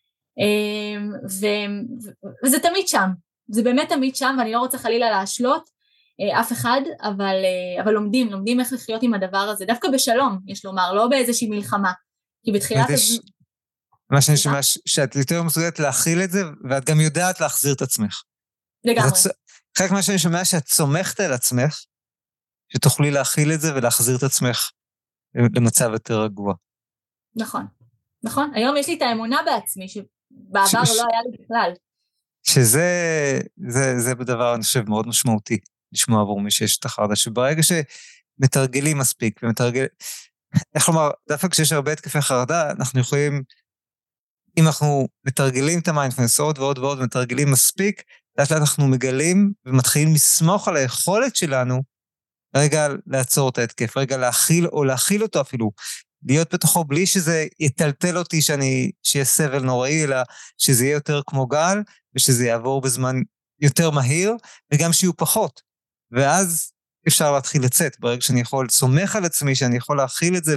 Uh, ו, ו, וזה תמיד שם, זה באמת תמיד שם, ואני לא רוצה חלילה להשלות uh, אף אחד, אבל, uh, אבל לומדים, לומדים איך לחיות עם הדבר הזה, דווקא בשלום, יש לומר, לא באיזושהי מלחמה, כי בתחילת... יש... מה שאני שומע, שאת יותר מסוגלת להכיל את זה, ואת גם יודעת להחזיר את עצמך. לגמרי. חלק מה שאני שומע שאת צומחת על עצמך, שתוכלי להכיל את זה ולהחזיר את עצמך למצב יותר רגוע. נכון, נכון. היום יש לי את האמונה בעצמי, שבעבר ש... לא היה לי בכלל. שזה זה, זה בדבר, אני חושב, מאוד משמעותי, לשמוע עבור מי שיש את החרדה, שברגע שמתרגלים מספיק, ומתרגל... איך לומר, דווקא כשיש הרבה התקפי חרדה, אנחנו יכולים, אם אנחנו מתרגלים את המיינדפולנס עוד ועוד ועוד, ומתרגלים מספיק, לאט לאט אנחנו מגלים ומתחילים לסמוך על היכולת שלנו, רגע לעצור את ההתקף, רגע להכיל או להכיל אותו אפילו, להיות בתוכו בלי שזה יטלטל אותי שאני, שיהיה סבל נוראי, אלא שזה יהיה יותר כמו גל, ושזה יעבור בזמן יותר מהיר, וגם שיהיו פחות. ואז אפשר להתחיל לצאת, ברגע שאני יכול לסומך על עצמי, שאני יכול להכיל את זה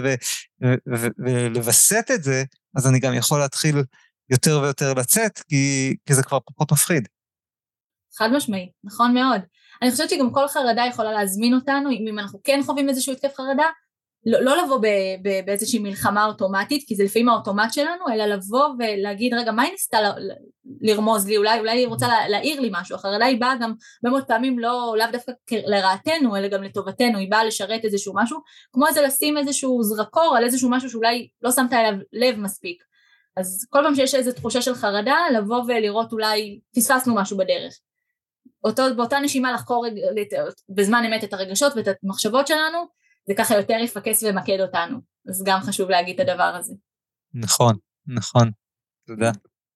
ולבסט את זה, אז אני גם יכול להתחיל יותר ויותר לצאת, כי, כי זה כבר פחות מפחיד. חד משמעי, נכון מאוד. אני חושבת שגם כל חרדה יכולה להזמין אותנו, אם אנחנו כן חווים איזשהו התקף חרדה, לא, לא לבוא ב, ב, באיזושהי מלחמה אוטומטית, כי זה לפעמים האוטומט שלנו, אלא לבוא ולהגיד, רגע, מה היא ניסתה ל, ל, לרמוז לי? אולי, אולי היא רוצה לה, להעיר לי משהו. החרדה היא באה גם במאות פעמים לא, לאו דווקא לרעתנו, אלא גם לטובתנו, היא באה לשרת איזשהו משהו, כמו זה לשים איזשהו זרקור על איזשהו משהו שאולי לא שמת אליו לב מספיק. אז כל פעם שיש איזו תחושה של חרדה, לבוא ולראות אולי פספסנו משהו בדרך. אותו, באותה נשימה לחקור בזמן אמת את הרגשות ואת המחשבות שלנו, זה ככה יותר יפקס ומקד אותנו. אז גם חשוב להגיד את הדבר הזה. נכון, נכון. תודה.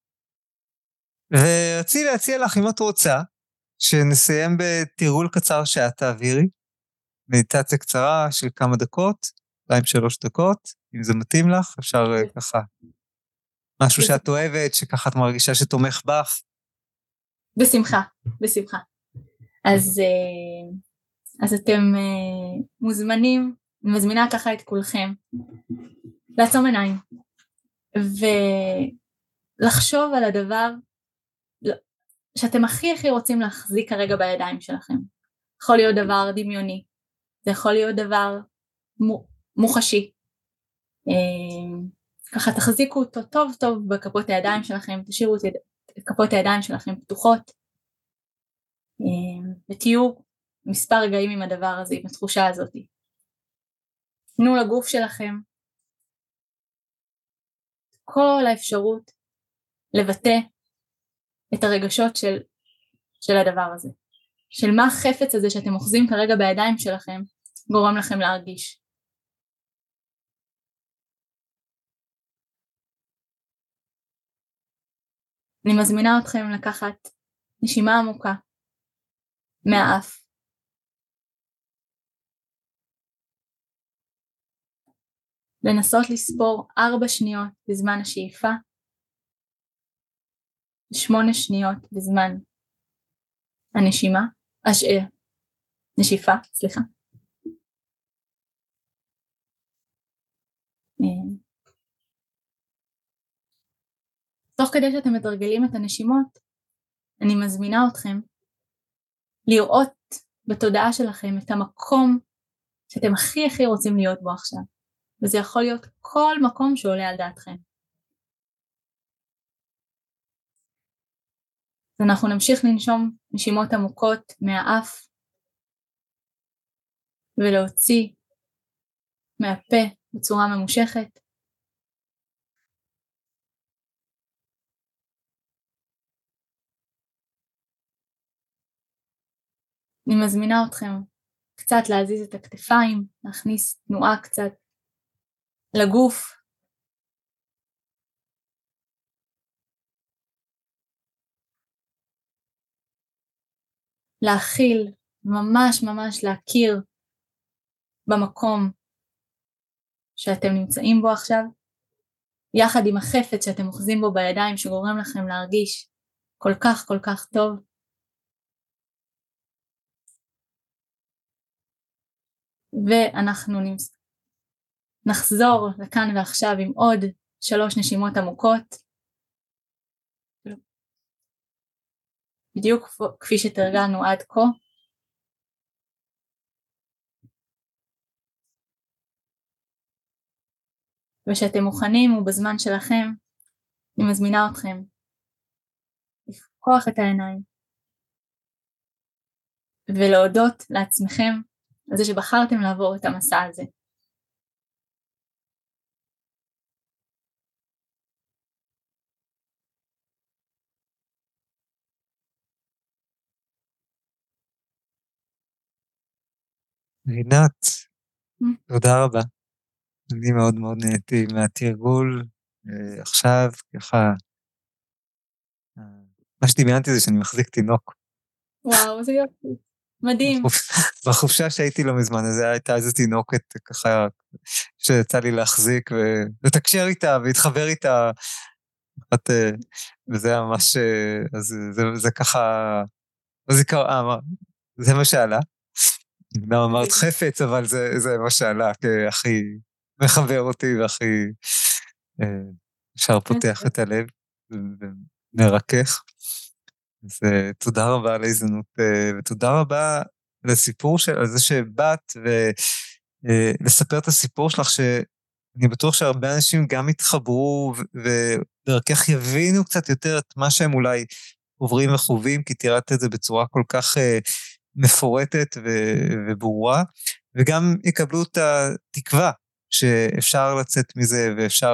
ורציתי להציע לך, אם את רוצה, שנסיים בתרגול קצר שאת תעבירי, מדיטציה קצרה של כמה דקות, שתיים שלוש דקות, אם זה מתאים לך, אפשר ככה, משהו שאת אוהבת, שככה את מרגישה שתומך בך. בשמחה, בשמחה. אז, אז אתם מוזמנים, אני מזמינה ככה את כולכם, לעצום עיניים, ולחשוב על הדבר שאתם הכי הכי רוצים להחזיק כרגע בידיים שלכם. יכול להיות דבר דמיוני, זה יכול להיות דבר מוחשי. ככה תחזיקו אותו טוב טוב בכפות הידיים שלכם, תשאירו את כפות הידיים שלכם פתוחות, ותהיו מספר רגעים עם הדבר הזה, עם התחושה הזאת. תנו לגוף שלכם כל האפשרות לבטא את הרגשות של, של הדבר הזה, של מה החפץ הזה שאתם אוחזים כרגע בידיים שלכם גורם לכם להרגיש. אני מזמינה אתכם לקחת נשימה עמוקה מהאף, לנסות לספור ארבע שניות בזמן השאיפה, שמונה שניות בזמן הנשימה, הש... נשיפה, סליחה. תוך כדי שאתם מתרגלים את הנשימות, אני מזמינה אתכם לראות בתודעה שלכם את המקום שאתם הכי הכי רוצים להיות בו עכשיו. וזה יכול להיות כל מקום שעולה על דעתכם. אז אנחנו נמשיך לנשום נשימות עמוקות מהאף, ולהוציא מהפה בצורה ממושכת. אני מזמינה אתכם קצת להזיז את הכתפיים, להכניס תנועה קצת לגוף. להכיל, ממש ממש להכיר במקום שאתם נמצאים בו עכשיו, יחד עם החפץ שאתם אוחזים בו בידיים שגורם לכם להרגיש כל כך כל כך טוב. ואנחנו נחזור לכאן ועכשיו עם עוד שלוש נשימות עמוקות, בדיוק כפי שתרגלנו עד כה. ושאתם מוכנים ובזמן שלכם, אני מזמינה אתכם לפקוח את העיניים ולהודות לעצמכם על זה שבחרתם לעבור את המסע הזה. רינת, תודה רבה. אני מאוד מאוד נהניתי מהתרגול. עכשיו, ככה, מה שדמיינתי זה שאני מחזיק תינוק. וואו, זה יופי. מדהים. בחופשה שהייתי לא מזמן, אז הייתה איזו תינוקת ככה, שיצא לי להחזיק ולתקשר איתה והתחבר איתה, וזה היה ממש, אז זה, זה ככה, זה מה שעלה. לא אמרת חפץ, אבל זה, זה מה שעלה, כי הכי מחבר אותי והכי ישר פותח את הלב ומרכך. אז תודה רבה על ההזדמנות, ותודה רבה לסיפור של, על זה שבאת ולספר את הסיפור שלך, שאני בטוח שהרבה אנשים גם התחברו ודרכך יבינו קצת יותר את מה שהם אולי עוברים וחווים, כי תראית את זה בצורה כל כך מפורטת וברורה, וגם יקבלו את התקווה שאפשר לצאת מזה ואפשר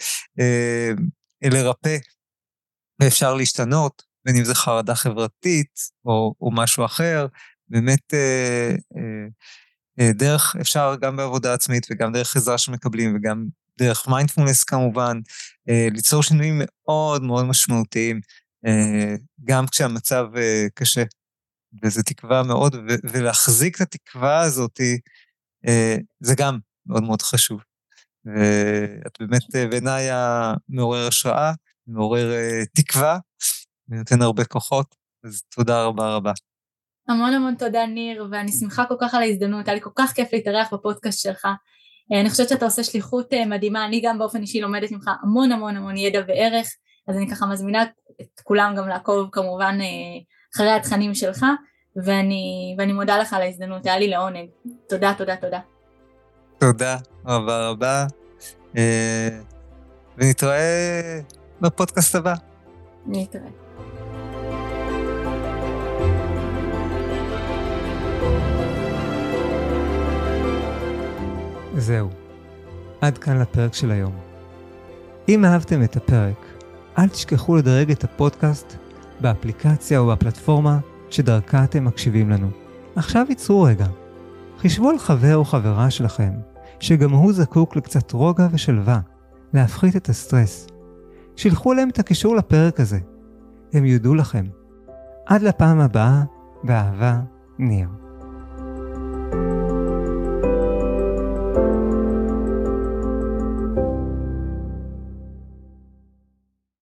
לרפא ואפשר להשתנות, בין אם זה חרדה חברתית או, או משהו אחר. באמת אה, אה, אה, דרך, אפשר גם בעבודה עצמית וגם דרך עזרה שמקבלים וגם דרך מיינדפולנס כמובן, אה, ליצור שינויים מאוד מאוד משמעותיים, אה, גם כשהמצב אה, קשה. וזה תקווה מאוד, ו- ולהחזיק את התקווה הזאת, אה, זה גם מאוד מאוד חשוב. ואת באמת אה, בעיניי המעורר השראה, מעורר אה, תקווה, ונותן הרבה כוחות, אז תודה רבה רבה. המון המון תודה ניר, ואני שמחה כל כך על ההזדמנות, היה לי כל כך כיף להתארח בפודקאסט שלך. אני חושבת שאתה עושה שליחות מדהימה, אני גם באופן אישי לומדת ממך המון המון המון ידע וערך, אז אני ככה מזמינה את כולם גם לעקוב כמובן אחרי התכנים שלך, ואני, ואני מודה לך על ההזדמנות, היה לי לעונג. תודה, תודה, תודה. תודה רבה רבה, ונתראה בפודקאסט הבא. נתראה. זהו, עד כאן לפרק של היום. אם אהבתם את הפרק, אל תשכחו לדרג את הפודקאסט באפליקציה או בפלטפורמה שדרכה אתם מקשיבים לנו. עכשיו ייצרו רגע. חישבו על חבר או חברה שלכם, שגם הוא זקוק לקצת רוגע ושלווה, להפחית את הסטרס. שילחו להם את הקישור לפרק הזה. הם יודו לכם. עד לפעם הבאה, באהבה, ניר.